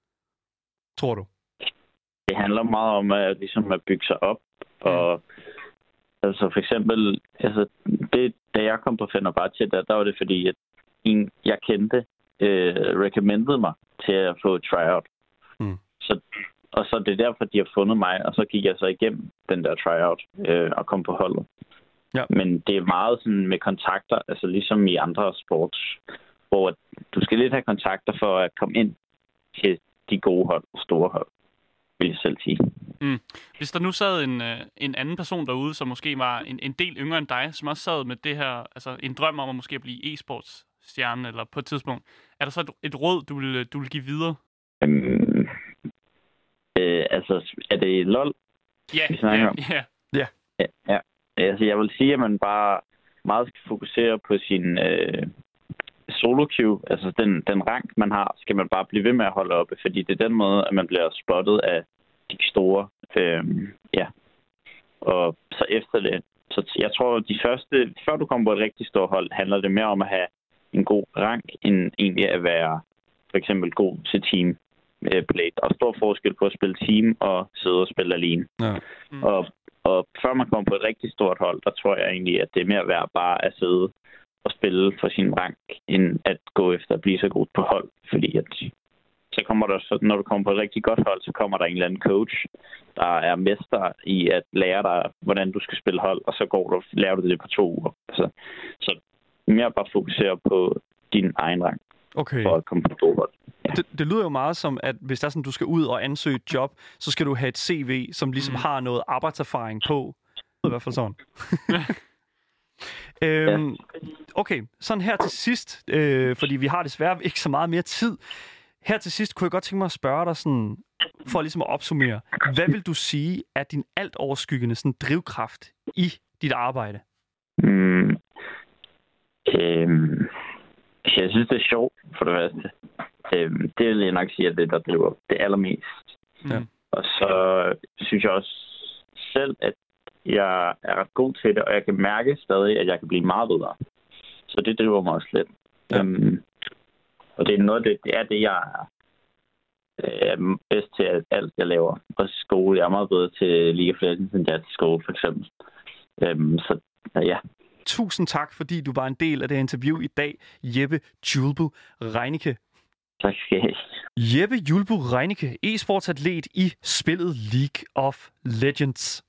Tror du? Det handler meget om at, ligesom at bygge sig op, og mm. altså for eksempel, altså det, da jeg kom på Fenerbahce, der, der var det fordi, at en, jeg kendte, øh, recommendede mig til at få et tryout. Mm. Så, og så det er derfor, de har fundet mig, og så gik jeg så igennem den der tryout øh, og kom på holdet. Ja. Men det er meget sådan med kontakter, altså ligesom i andre sports, hvor du skal lidt have kontakter for at komme ind til de gode hold og store hold, vil jeg selv sige. Mm. Hvis der nu sad en, øh, en anden person derude, som måske var en, en del yngre end dig, som også sad med det her, altså en drøm om at måske blive e-sportsstjerne eller på et tidspunkt, er der så et, et råd, du vil, du vil give videre? Øhm, øh, altså, er det LOL? Ja, ja, ja. ja. ja, ja. Altså, jeg vil sige, at man bare meget skal fokusere på sin øh, solo queue, altså den, den rank, man har, skal man bare blive ved med at holde oppe, fordi det er den måde, at man bliver spottet af de store. Øh, ja. Og så efter det, så jeg tror, at de første, før du kommer på et rigtig stort hold, handler det mere om at have en god rank, end egentlig at være for eksempel god til team play. Der er stor forskel på at spille team og sidde og spille alene. Ja. Mm. Og, og før man kommer på et rigtig stort hold, der tror jeg egentlig, at det er mere værd bare at sidde og spille for sin rank, end at gå efter at blive så god på hold. Fordi at, så kommer der, så, når du kommer på et rigtig godt hold, så kommer der en eller anden coach, der er mester i at lære dig, hvordan du skal spille hold, og så går du, lærer du det på to uger. Altså, så mere bare fokusere på din egen rang. Okay. For at komme på fodbold. Ja. Det, det lyder jo meget som, at hvis der er sådan, du skal ud og ansøge et job, så skal du have et C V, som ligesom mm. har noget arbejdserfaring på. I hvert fald sådan. øhm, okay, sådan her til sidst, øh, fordi vi har desværre ikke så meget mere tid. Her til sidst kunne jeg godt tænke mig at spørge dig, sådan, for ligesom at opsummere. Hvad vil du sige er din alt overskyggende sådan, drivkraft i dit arbejde? Mm. Øhm. Jeg synes, det er sjovt, for det første. Øhm, det vil jeg nok sige, at det der driver det allermest. Ja. Og så synes jeg også selv, at jeg er ret god til det, og jeg kan mærke stadig, at jeg kan blive meget bedre. Så det driver mig også lidt. Ja. Øhm, og det er noget, det, det er det, jeg er øh, bedst til at alt, jeg laver. Også i skole. Jeg er meget bedre til League of Legends, end jeg er til skole, for eksempel. Øhm, så ja. Tusind tak, fordi du var en del af det interview i dag, Jeppe Julbu Reinicke. Tak skal I have. Jeppe Julbu Reinicke, e-sportsatlet i spillet League of Legends.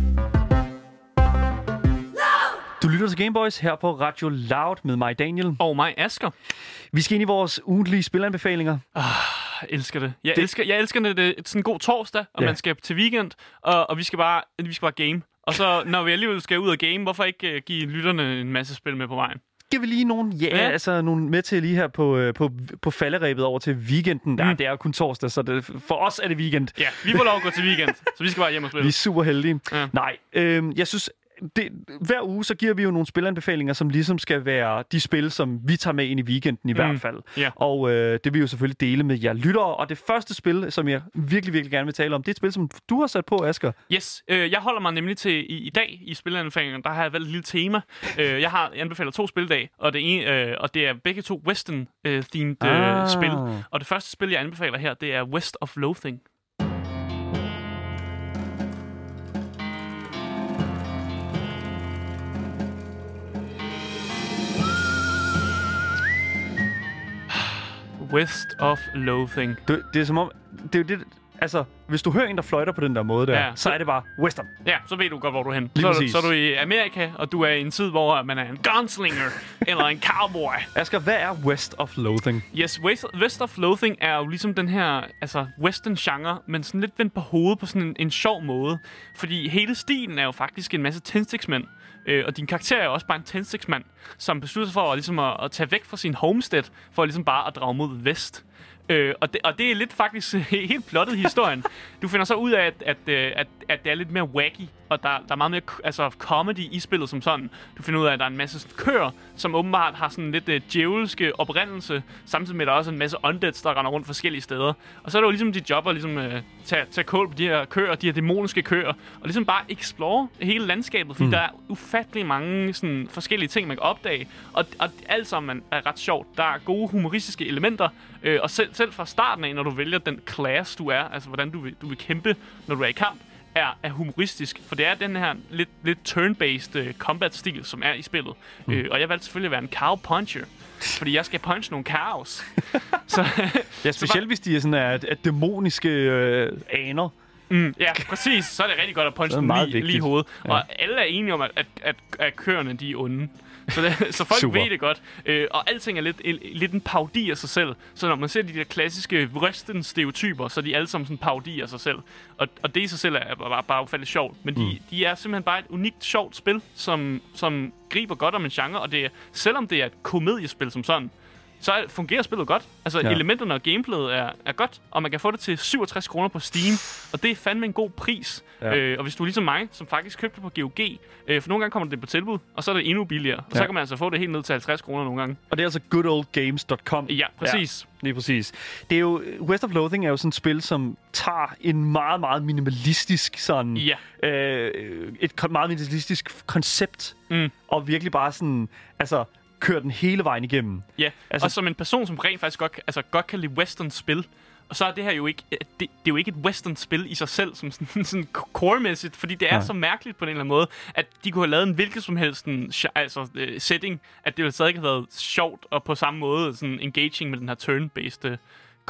Du lytter til Gameboys her på Radio Loud med mig, Daniel. Og mig, Asger. Vi skal ind i vores ugentlige spilanbefalinger. Ah, jeg elsker det. Jeg det... elsker, jeg elsker det. Det er sådan en god torsdag, og ja. man skal til weekend, og, og vi skal bare, vi skal bare game. Og så, når vi alligevel skal ud og game, hvorfor ikke uh, give lytterne en masse spil med på vejen? Giver vi lige nogle, ja, ja. altså nogle med til lige her på, på, på falderæbet over til weekenden. Der, mm. Det er jo kun torsdag, så det, for os er det weekend. Ja, vi får lov at gå til weekend, så vi skal bare hjem og spille. Vi er super heldige. Ja. Nej, øh, jeg synes... Det, hver uge, så giver vi jo nogle spilanbefalinger, som ligesom skal være de spil, som vi tager med ind i weekenden i mm. hvert fald. Yeah. Og øh, det vil vi jo selvfølgelig dele med jer lyttere. Og det første spil, som jeg virkelig, virkelig gerne vil tale om, det er et spil, som du har sat på, Asger. Yes, øh, jeg holder mig nemlig til i, i dag i spilanbefalingerne, der har jeg valgt et lille tema. øh, jeg har jeg anbefaler to spil i dag, og det, ene, øh, og det er begge to Western-themed øh, ah. spil. Og det første spil, jeg anbefaler her, det er West of Loathing. West of Loathing. Det, det er som om... Det er jo det... Altså, hvis du hører en, der fløjter på den der måde der, ja, så, så er det bare western. Ja, så ved du godt, hvor du er hen. Så, så er du i Amerika, og du er i en tid, hvor man er en gunslinger eller en cowboy. Asger, hvad er West of Loathing? Yes, West, West of Loathing er jo ligesom den her altså western-genre, men sådan lidt vendt på hovedet på sådan en, en sjov måde. Fordi hele stilen er jo faktisk en masse tændstiksmænd. Øh, og din karakter er jo også bare en tændstiksmand, som beslutter sig for at, ligesom at, at tage væk fra sin homestead, for ligesom bare at drage mod vest. Øh, og, det, og det er lidt faktisk helt plottet historien. Du finder så ud af, at, at, at, at det er lidt mere wacky, og der, der er meget mere altså, comedy i spillet som sådan. Du finder ud af, at der er en masse køer, som åbenbart har sådan lidt uh, djævelske oprindelse, samtidig med, at der er også en masse undeads, der render rundt forskellige steder. Og så er det jo ligesom dit job at ligesom, uh, tage, tage kål på de her køer, de her dæmoniske køer, og ligesom bare explore hele landskabet, fordi mm. der er ufattelig mange sådan, forskellige ting, man kan opdage. Og, og alt sammen er ret sjovt. Der er gode humoristiske elementer, øh, og selv, selv fra starten af, når du vælger den class, du er, altså hvordan du vil, du vil kæmpe, når du er i kamp, er, er humoristisk. For det er den her lidt, lidt turn-based uh, combat-stil, som er i spillet. Mm. Øh, og jeg valgte selvfølgelig at være en cow puncher, fordi jeg skal punche nogle cows. så, ja, specielt hvis de er sådan er, er dæmoniske øh, aner. Mm, ja, præcis. Så er det rigtig godt at punche dem lige, lige i hovedet. Ja. Og alle er enige om, at, at, at, at køerne de er onde. Så, det, så folk Super. ved det godt. Øh, og alting er lidt, lidt en parodi af sig selv. Så når man ser de der klassiske western-stereotyper, så er de alle sammen sådan parodi af sig selv. Og, og det i sig selv er bare, bare ufatteligt sjovt. Men de, mm. de er simpelthen bare et unikt sjovt spil, som, som griber godt om en genre. Og det er, selvom det er et komediespil som sådan, så fungerer spillet godt. Altså, ja. elementerne og gameplayet er, er godt, og man kan få det til syvogtres kroner på Steam, og det er fandme en god pris. Ja. Øh, og hvis du er ligesom mig, som faktisk købte det på G O G, øh, for nogle gange kommer det på tilbud, og så er det endnu billigere. Og ja. så kan man altså få det helt ned til halvtreds kroner nogle gange. Og det er altså good old games punktum com. Ja, præcis. Ja, lige præcis. Det er jo, West of Loathing er jo sådan et spil, som tager en meget, meget minimalistisk sådan... Ja. Øh, et meget minimalistisk koncept, mm. og virkelig bare sådan... Altså, kører den hele vejen igennem. Ja, altså, og som en person, som rent faktisk godt, altså, godt kan lide western-spil, og så er det her jo ikke, det, det er jo ikke et western-spil i sig selv, som sådan, sådan core-mæssigt, fordi det er ja. så mærkeligt på en eller anden måde, at de kunne have lavet en hvilket som helst en, altså, uh, setting, at det ville stadig have været sjovt, og på samme måde sådan engaging med den her turn-based uh,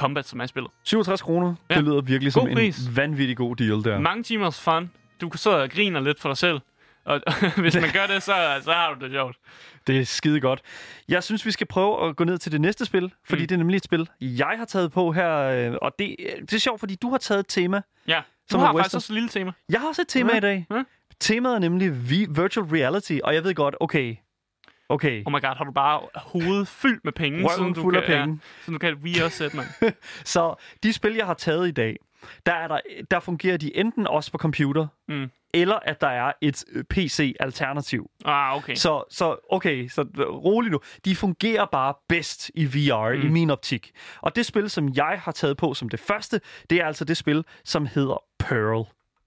combat, som er i spillet. syvogtres kroner. Ja. Det lyder virkelig som God pris. en vanvittig god deal der. Mange timers fun. Du kan sidde og grine lidt for dig selv. Og hvis man gør det, så, så har du det sjovt. Det er skide godt. Jeg synes, vi skal prøve at gå ned til det næste spil, fordi mm. det er nemlig et spil, jeg har taget på her. Og det, det er sjovt, fordi du har taget et tema. Ja, du som har er faktisk også et lille tema. Jeg har også et tema Ja. i dag. Ja. Temaet er nemlig v- virtual reality, og jeg ved godt, okay, okay. Oh my god, har du bare hovedet fyldt med penge? Røven fuld af penge. Ja, så du kan reset, mand. Så de spil, jeg har taget i dag, der, er der, der fungerer de enten også på computer, Mm. eller at der er et P C-alternativ. Ah, okay. Så, så okay, så rolig nu. De fungerer bare bedst i V R, mm. i min optik. Og det spil, som jeg har taget på som det første, det er altså det spil, som hedder Pearl.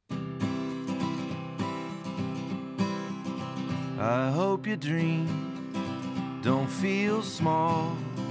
I hope your dream don't feel small.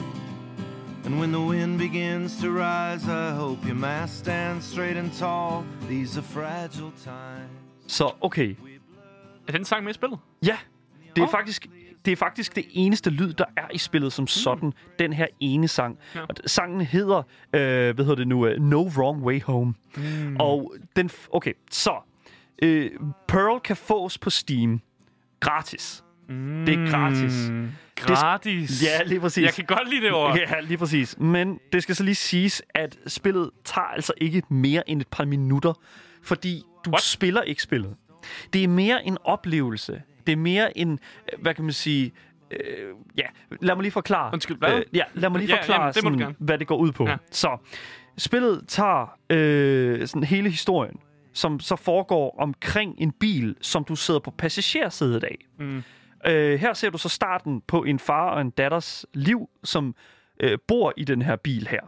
And when the wind begins to rise, I hope your mast stands straight and tall. These are fragile times. Så okay, Er den sang med i spillet? ja, det er Oh. faktisk... Det er faktisk det eneste lyd, der er i spillet som sådan. Mm. Den her ene sang. Ja. Og sangen hedder, øh, hvad hedder det nu? Uh, No Wrong Way Home. Mm. Og den... F- okay, så... Øh, Pearl kan fås på Steam. Gratis. Mm. Det er gratis. Gratis. Ja, lige præcis. Jeg kan godt lide det ord. Ja, lige præcis. Men det skal så lige siges, at spillet tager altså ikke mere end et par minutter. Fordi du What? spiller ikke spillet. Det er mere en oplevelse. Det er mere en, hvad kan man sige... Øh, ja, lad mig lige forklare. Undskyld, hvad? Øh, ja, lad mig lige Ja, forklare, jamen, det må du sådan, gerne. hvad det går ud på. Ja. Så, spillet tager øh, sådan hele historien, som så foregår omkring en bil, som du sidder på passagersædet af. Mm. Øh, her ser du så starten på en far og en datters liv, som øh, bor i den her bil her.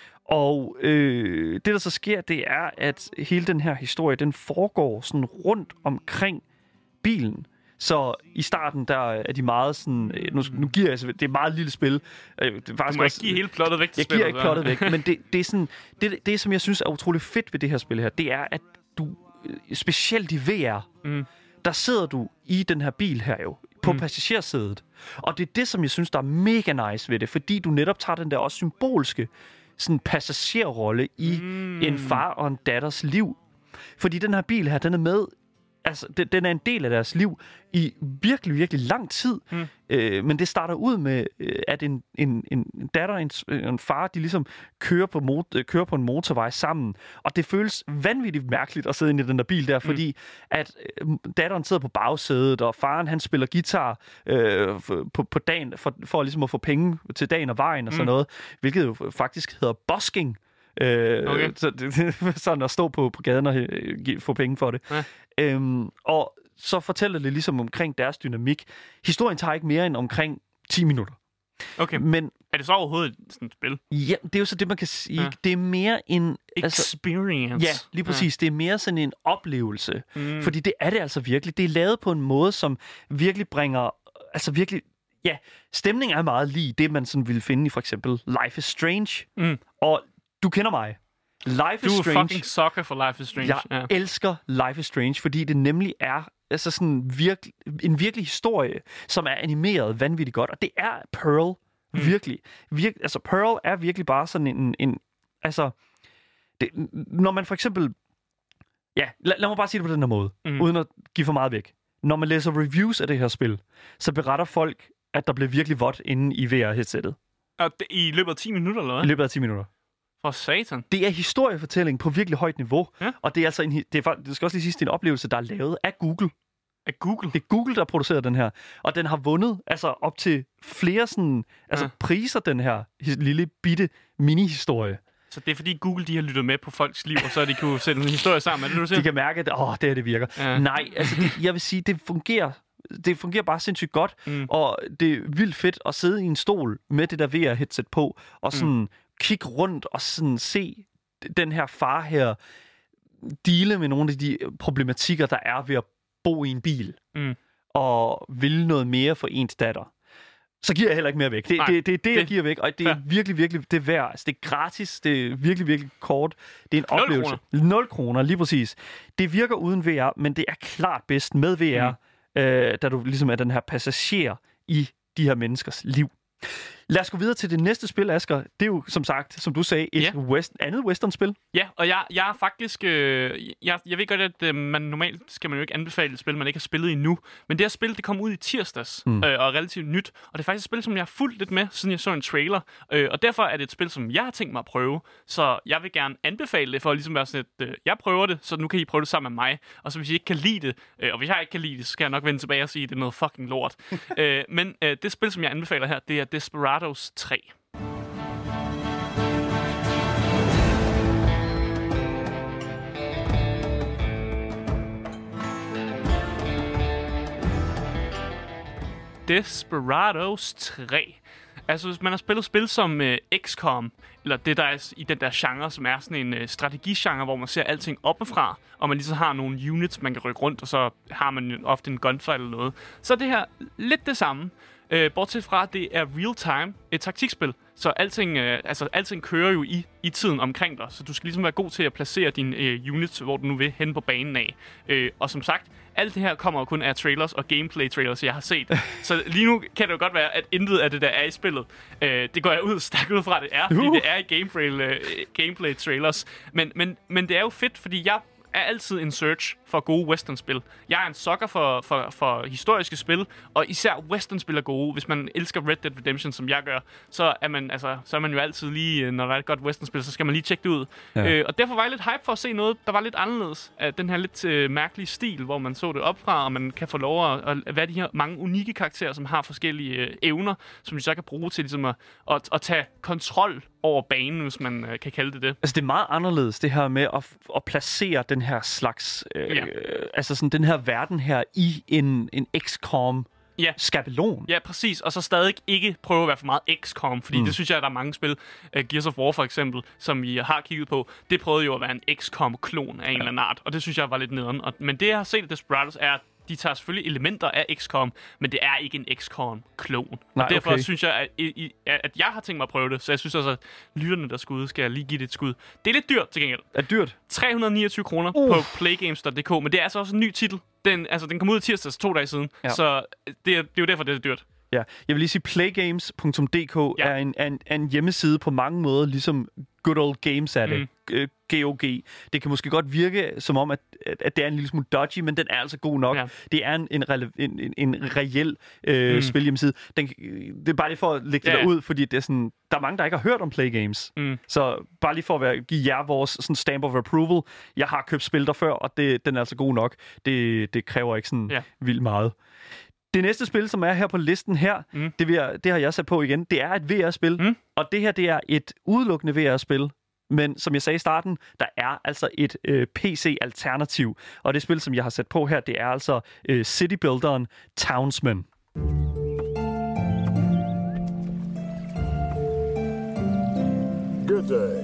Og øh, det, der så sker, det er, at hele den her historie, den foregår sådan rundt omkring bilen. Så i starten, der er de meget sådan... øh, Nu, nu giver jeg... Det er et meget lille spil. Øh, Det er Du faktisk må også, ikke give hele plottet væk til jeg spillet. giver ikke så. plottet væk, men det, det er sådan... Det, det, som jeg synes er utrolig fedt ved det her spil her, det er, at du... øh, Specielt i V R, Mm. der sidder du i den her bil her jo, på mm. passagersædet. Og det er det, som jeg synes, der er mega nice ved det, fordi du netop tager den der også symbolske sådan passagerrolle i Mm. en far og en datters liv. Fordi den her bil her, den er med, altså den, den er en del af deres liv i virkelig, virkelig lang tid. Mm. Øh, men det starter ud med, øh, at en, en, en datter og en, en far, de ligesom kører på, mot- kører på en motorvej sammen. Og det føles vanvittigt mærkeligt at sidde inde i den der bil der, fordi mm. at øh, datteren sidder på bagsædet, og faren han spiller guitar øh, på, på dagen, for, for ligesom at få penge til dagen og vejen og sådan Mm. noget. Hvilket jo faktisk hedder busking. Øh, Okay. så det, sådan at stå på, på gaden og øh, give- få penge for det. Ja. Øhm, og så fortæller det ligesom omkring deres dynamik. Historien tager ikke mere end omkring ti minutter. Okay. Men Er det så overhovedet sådan et spil? ja, det er jo så det, man kan sige. Ja. Det er mere en... Altså, Experience. ja, lige præcis. Ja. Det er mere sådan en oplevelse. Mm. Fordi det er det altså virkelig. Det er lavet på en måde, som virkelig bringer... Altså virkelig... Ja, stemningen er meget lige det, man sådan ville finde i for eksempel Life is Strange. Mm. Og du kender mig. Life Du is er Strange. fucking sucker for Life is Strange. Jeg Ja. elsker Life is Strange, fordi det nemlig er altså sådan virke, en virkelig historie, som er animeret vanvittigt godt. Og det er Pearl mm. virkelig. Virk, altså Pearl er virkelig bare sådan en... en altså, det, når man for eksempel... Ja, lad, lad mig bare sige det på den her måde, Mm. uden at give for meget væk. Når man læser reviews af det her spil, så beretter folk, at der bliver virkelig vådt inde i V R-headsettet. Og det, i løbet af ti minutter, eller I hvad? løbet af ti minutter. For satan. Det er historiefortælling på virkelig højt niveau. Ja. Og det er altså en, hi- det, er, fakt- det skal også lige sige, det er en oplevelse, der er lavet af Google. Af Google. Det er Google, der producerer den her. Og den har vundet altså op til flere sådan, altså Ja. priser, den her his- lille bitte mini-historie. Så det er fordi Google, de har lyttet med på folks liv, og så de kunne sætte en historie sammen. Er det, du siger? De kan mærke, at åh, det her, det virker. Ja. Nej, altså det, jeg vil sige, det fungerer. Det fungerer bare sindssygt godt, Mm. og det er vildt fedt at sidde i en stol med det der V R-headset på, og sådan mm. kigge rundt og sådan se den her far her deale med nogle af de problematikker, der er ved at bo i en bil, Mm. og ville noget mere for ens datter. Så giver jeg heller ikke mere væk. Det, Nej, det, det er det, jeg det- giver væk, og det er fair. virkelig, virkelig det er værd. Altså, det er gratis, det er virkelig, virkelig kort. Det er en Nul oplevelse. nul kroner, lige præcis. Det virker uden V R, men det er klart bedst med V R, mm. øh, da du ligesom er den her passager i de her menneskers liv. Lad os gå videre til det næste spil, Asger. Det er jo, som sagt, som du sagde, et Ja. west, andet western-spil. Ja, og jeg, jeg er faktisk... Øh, jeg, jeg ved godt, at øh, man normalt skal man jo ikke anbefale et spil, man ikke har spillet endnu. Men det her spil, det kom ud i tirsdags, mm. øh, og er relativt nyt. Og det er faktisk et spil, som jeg har fulgt lidt med, siden jeg så en trailer. Øh, og derfor er det et spil, som jeg har tænkt mig at prøve. Så jeg vil gerne anbefale det, for at ligesom være sådan, at øh, jeg prøver det, så nu kan I prøve det sammen med mig. Og så hvis I ikke kan lide det, øh, og hvis jeg ikke kan lide det, så skal jeg nok vende tilbage og sige, at det er noget fucking lort. øh, men øh, det spil, som jeg anbefaler her, det er Desperados tre. Desperados tre. Altså, hvis man har spillet spil som øh, X COM, eller det, der er i den der genre, som er sådan en øh, strategigenre, hvor man ser alting oppefra, og man ligesom har nogle units, man kan rykke rundt, og så har man ofte en gunfight eller noget. Så er det her lidt det samme. Øh, bortset fra, at det er real-time, et taktikspil. Så alting, øh, altså, alting kører jo i, i tiden omkring dig. Så du skal ligesom være god til at placere dine øh, units, hvor du nu vil, hen på banen af. Øh, og som sagt, alt det her kommer jo kun af trailers og gameplay-trailers, jeg har set. Så lige nu kan det jo godt være, at intet af det, der er i spillet, øh, det går jeg ud stærkt ud fra, at det er, fordi det er i gameplay, øh, gameplay-trailers. Men, men, men det er jo fedt, fordi jeg er altid en search for gode western-spil. Jeg er en sucker for, for, for historiske spil, og især western-spil er gode. Hvis man elsker Red Dead Redemption, som jeg gør, så er man, altså, så er man jo altid lige, når der er et godt western-spil, så skal man lige tjekke det ud. Ja. Øh, og derfor var jeg lidt hype for at se noget, der var lidt anderledes af den her lidt øh, mærkelige stil, hvor man så det opfra, og man kan få lov at, at være de her mange unikke karakterer, som har forskellige øh, evner, som vi så kan bruge til ligesom at, at, at tage kontrol over banen, hvis man øh, kan kalde det det. Altså, det er meget anderledes, det her med at, at placere den her slags... Øh, ja. Altså, sådan den her verden her i en, en X COM ja. skabelon. Ja, præcis. Og så stadig ikke prøve at være for meget X COM, fordi mm. det synes jeg, at der er mange spil, uh, Gears of War for eksempel, som vi har kigget på, det prøvede jo at være en X COM-klon af en ja. eller anden art, og det synes jeg var lidt nederen. Og, men det, jeg har set af Desperados, er, at de tager selvfølgelig elementer af X COM, men det er ikke en X COM-klon. Nej, og derfor okay. synes jeg, at, i, at jeg har tænkt mig at prøve det, så jeg synes også, at lytterne, der skal ud, skal lige give det et skud. Det er lidt dyrt til gengæld. Er dyrt? tre hundrede og niogtyve kroner uh. på playgames punktum d k, men det er altså også en ny titel. Den, altså, den kom ud i tirsdags to dage siden, ja. så det er, det er jo derfor, det er dyrt. Ja, jeg vil lige sige, playgames punktum d k ja. er, en, er, en, er en hjemmeside på mange måder, ligesom Good Old Games er det. Mm. G O G. Det kan måske godt virke som om, at, at det er en lille smule dodgy, men den er altså god nok. Ja. Det er en, en, rele, en, en, en reel øh, mm. spilhjemmeside. Den, det er bare lige for at lægge det ja. ud, fordi det er sådan, der er mange, der ikke har hørt om Playgames. Mm. Så bare lige for at være, give jer vores sådan stamp of approval. Jeg har købt spil der før, og det, den er altså god nok. Det, det kræver ikke sådan ja. vildt meget. Det næste spil, som er her på listen her, mm. det, vil jeg, det har jeg sat på igen, det er et V R-spil. Mm. Og det her, det er et udelukkende V R-spil. Men som jeg sagde i starten, der er altså et øh, P C-alternativ. Og det spil, som jeg har sat på her, det er altså øh, Citybuilderen Townsmen. Good day.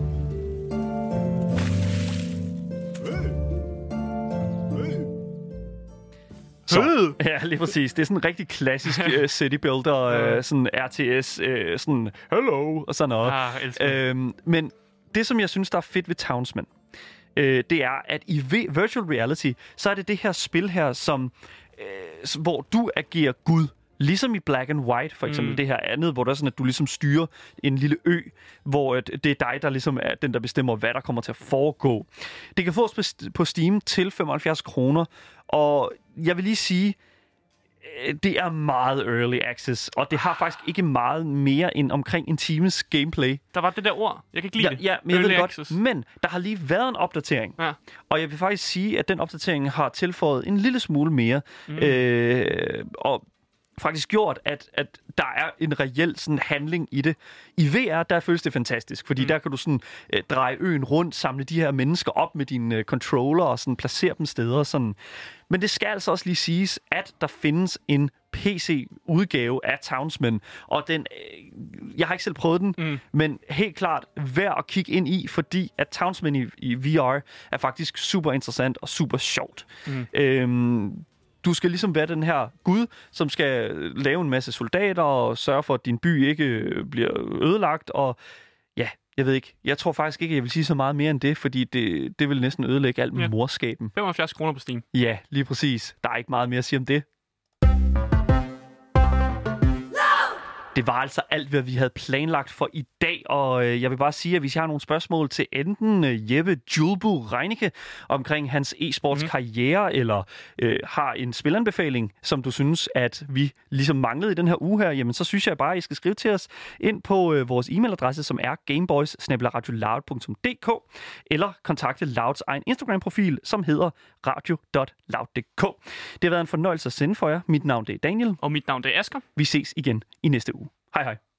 Så, ja, lige præcis. Det er sådan en rigtig klassisk uh, citybuilder, uh, sådan R T S, uh, sådan hello og sådan noget. Ah, øhm, men det, som jeg synes, der er fedt ved Townsmen, uh, det er, at i v- virtual reality, så er det det her spil her, som, uh, hvor du agerer Gud. Ligesom i Black and White, for eksempel mm. det her andet, hvor der er sådan, at du ligesom styrer en lille ø, hvor det er dig, der ligesom er den, der bestemmer, hvad der kommer til at foregå. Det kan fås på Steam til femoghalvfjerds kroner, og jeg vil lige sige, det er meget early access, og det har faktisk ikke meget mere end omkring en times gameplay. Der var det der ord. Jeg kan ikke lide ja, det. Ja, men jeg ved godt. Men der har lige været en opdatering. Ja. Og jeg vil faktisk sige, at den opdatering har tilføjet en lille smule mere. Mm. Øh, og faktisk gjort, at, at der er en reel sådan, handling i det. I V R, der føles det fantastisk, fordi mm. der kan du sådan, øh, dreje øen rundt, samle de her mennesker op med dine øh, controller og sådan, placere dem steder. Sådan. Men det skal altså også lige siges, at der findes en P C-udgave af Townsmen, og den, øh, jeg har ikke selv prøvet den, mm. men helt klart værd at kigge ind i, fordi at Townsmen i, i V R er faktisk super interessant og super sjovt. Mm. Øhm, Du skal ligesom være den her gud, som skal lave en masse soldater og sørge for, at din by ikke bliver ødelagt. Og ja, jeg ved ikke. Jeg tror faktisk ikke, jeg vil sige så meget mere end det, fordi det, det vil næsten ødelægge alt ja. morskaben. femoghalvfjerds kroner på Steam. Ja, lige præcis. Der er ikke meget mere at sige om det. Det var altså alt, hvad vi havde planlagt for i dag, og øh, jeg vil bare sige, at hvis jeg har nogle spørgsmål til enten øh, Jeppe Julbu Reinicke omkring hans e-sports karriere, mm. eller øh, har en spilanbefaling, som du synes, at vi ligesom manglede i den her uge her, jamen så synes jeg bare, at I skal skrive til os ind på øh, vores e-mailadresse, som er gameboys snabel-a radio loud punktum d k, eller kontakte Louds egen Instagram-profil, som hedder radio punktum loud punktum d k. Det har været en fornøjelse at sende for jer. Mit navn det er Daniel. Og mit navn det er Asger. Vi ses igen i næste uge. Hej hej.